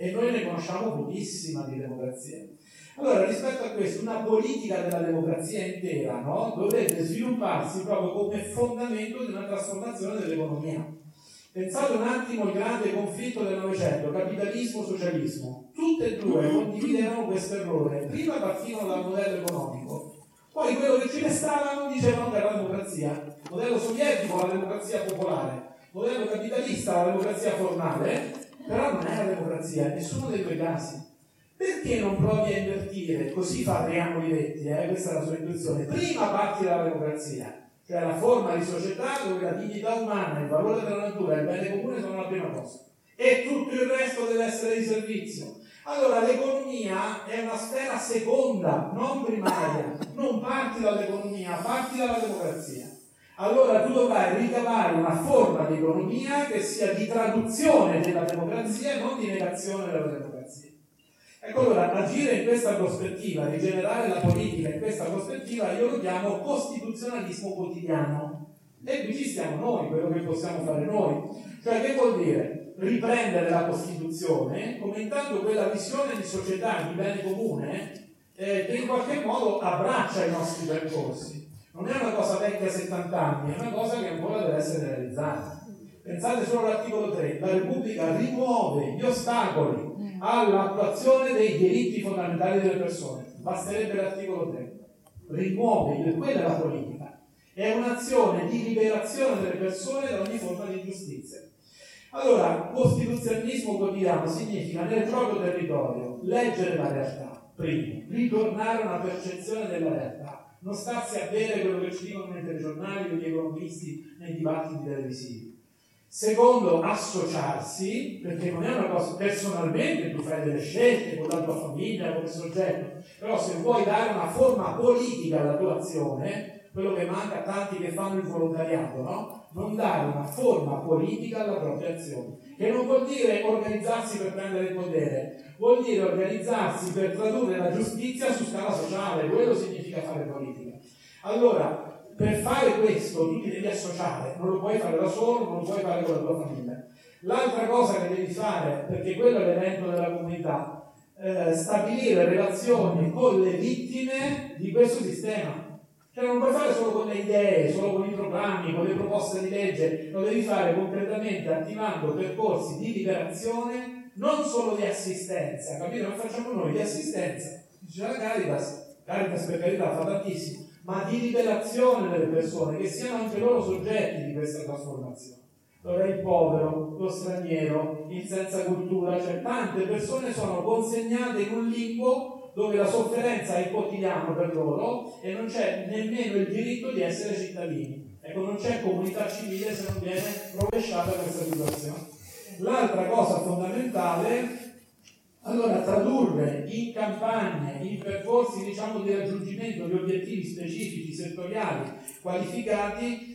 [SPEAKER 1] e noi ne conosciamo pochissima di democrazia. Allora, rispetto a questo, una politica della democrazia intera, no, dovrebbe svilupparsi proprio come fondamento di una trasformazione dell'economia. Pensate un attimo al grande conflitto del Novecento, capitalismo-socialismo. Tutte e due condividevano questo errore. Prima partivano dal modello economico, poi quello che ci restavano dicevano che era la democrazia. Modello sovietico, la democrazia popolare. Modello capitalista, la democrazia formale. Però non è la democrazia, in nessuno dei due casi. Perché non provi a invertire? Così fa Adriano Olivetti, questa è la sua intuizione. Prima parti dalla democrazia, cioè la forma di società dove la dignità umana, il valore della natura e il bene comune sono la prima cosa. E tutto il resto deve essere di servizio. Allora l'economia è una sfera seconda, non primaria. Non parti dall'economia, parti dalla democrazia. Allora tu dovrai ricavare una forma di economia che sia di traduzione della democrazia e non di negazione della democrazia. Ecco, allora, agire in questa prospettiva, rigenerare la politica in questa prospettiva, io lo chiamo costituzionalismo quotidiano. E qui ci stiamo noi, quello che possiamo fare noi. Cioè, che vuol dire? Riprendere la Costituzione come intanto quella visione di società, di bene comune, che in qualche modo abbraccia i nostri percorsi. Non è una cosa vecchia 70 anni, è una cosa che ancora deve essere realizzata. Pensate solo all'articolo 3, la Repubblica rimuove gli ostacoli all'attuazione dei diritti fondamentali delle persone. Basterebbe l'articolo 3. Rimuove, quella è la politica. È un'azione di liberazione delle persone da ogni forma di ingiustizia. Allora, costituzionalismo quotidiano significa nel proprio territorio leggere la realtà, primo, ritornare a una percezione della realtà, non starsi a bere quello che ci dicono nei telegiornali o gli economisti nei dibattiti televisivi. Secondo, associarsi, perché non è una cosa personalmente, tu fai delle scelte con la tua famiglia, come soggetto, però se vuoi dare una forma politica alla tua azione, quello che manca a tanti che fanno il volontariato, no? Non dare una forma politica alla propria azione, che non vuol dire organizzarsi per prendere il potere, vuol dire organizzarsi per tradurre la giustizia su scala sociale, quello significa fare politica. Allora, per fare questo tu ti devi associare, non lo puoi fare da solo, non lo puoi fare con la tua famiglia. L'altra cosa che devi fare, perché quello è l'evento della comunità, stabilire relazioni con le vittime di questo sistema. Cioè non puoi fare solo con le idee, solo con i programmi, con le proposte di legge, lo devi fare concretamente attivando percorsi di liberazione, non solo di assistenza, capito? Non facciamo noi di assistenza, dice la Caritas per carità fa tantissimo, ma di liberazione delle persone, che siano anche loro soggetti di questa trasformazione. Allora il povero, lo straniero, il senza cultura, cioè tante persone sono consegnate in un limbo dove la sofferenza è quotidiana per loro e non c'è nemmeno il diritto di essere cittadini. Ecco, non c'è comunità civile se non viene rovesciata questa situazione. L'altra cosa fondamentale, allora, tradurre in campagne, in percorsi diciamo di raggiungimento di obiettivi specifici, settoriali, qualificati,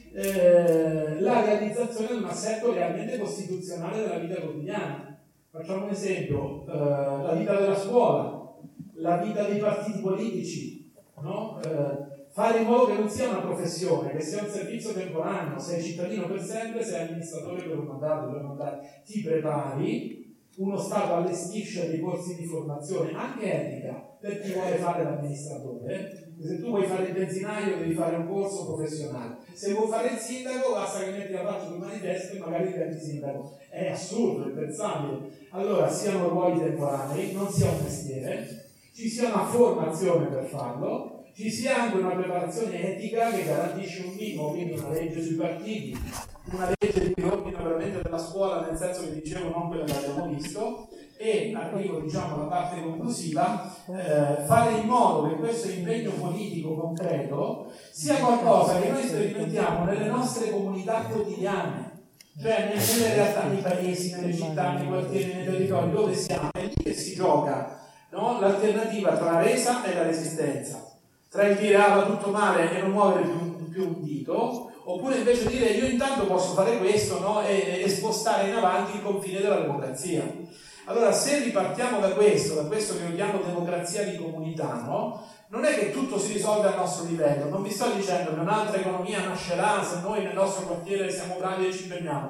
[SPEAKER 1] la realizzazione di un assetto realmente costituzionale della vita quotidiana. Facciamo un esempio, la vita della scuola, la vita dei partiti politici, no? Fare in modo che non sia una professione, che sia un servizio temporaneo, sei cittadino per sempre, sei amministratore per un mandato, ti prepari. Uno Stato allestisce dei corsi di formazione anche etica per chi vuole fare l'amministratore. Se tu vuoi fare il benzinaio devi fare un corso professionale, se vuoi fare il sindaco basta che metti la faccia sul manifesto e magari diventi sindaco. È assurdo, è impensabile. Allora siano ruoli temporanei, non sia un mestiere, ci sia una formazione per farlo, ci sia anche una preparazione etica che garantisce un minimo, quindi una legge sui partiti, una legge di riordino veramente della scuola, nel senso che dicevo non quella che abbiamo visto, e arrivo diciamo alla parte conclusiva, fare in modo che questo impegno politico concreto sia qualcosa che noi sperimentiamo nelle nostre comunità quotidiane, cioè nelle realtà, nei paesi, nelle città, nei quartieri, nei territori dove siamo, è lì che si gioca, no? L'alternativa tra la resa e la resistenza, tra il dire va tutto male e non muovere più un dito, oppure invece dire io intanto posso fare questo, no? e spostare in avanti il confine della democrazia. Allora se ripartiamo da questo che io chiamo democrazia di comunità, no? Non è che tutto si risolve al nostro livello, non vi sto dicendo che un'altra economia nascerà se noi nel nostro quartiere siamo bravi e ci impegniamo.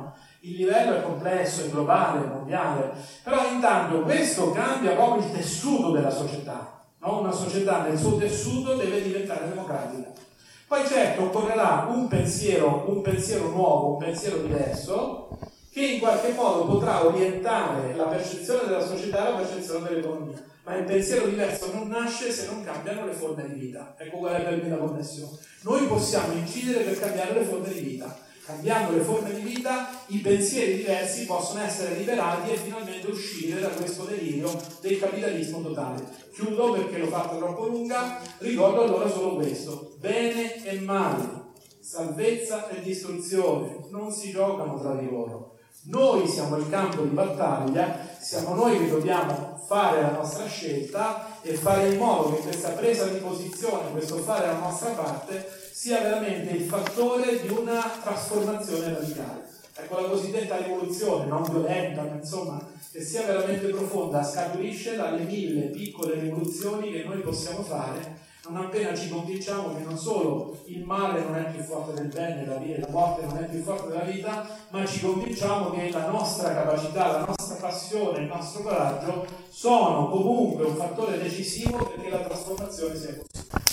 [SPEAKER 1] il livello è complesso, è globale, è mondiale, però intanto questo cambia proprio il tessuto della società, no? Una società nel suo tessuto deve diventare democratica. Poi certo occorrerà un pensiero nuovo, un pensiero diverso, che in qualche modo potrà orientare la percezione della società e la percezione dell'economia. Ma il pensiero diverso non nasce se non cambiano le forme di vita. Ecco qual è per me la connessione. Noi possiamo incidere per cambiare le forme di vita. Cambiando le forme di vita, i pensieri diversi possono essere liberati e finalmente uscire da questo delirio del capitalismo totale. Chiudo perché l'ho fatta troppo lunga, ricordo allora solo questo: bene e male, salvezza e distruzione non si giocano tra di loro. Noi siamo il campo di battaglia, siamo noi che dobbiamo fare la nostra scelta e fare in modo che questa presa di posizione, questo fare la nostra parte, sia veramente il fattore di una trasformazione radicale. Ecco, la cosiddetta rivoluzione, non violenta, ma insomma, che sia veramente profonda, scaturisce dalle 1000 piccole rivoluzioni che noi possiamo fare non appena ci convinciamo che non solo il male non è più forte del bene, la morte non è più forte della vita, ma ci convinciamo che la nostra capacità, la nostra passione, il nostro coraggio sono comunque un fattore decisivo perché la trasformazione sia possibile.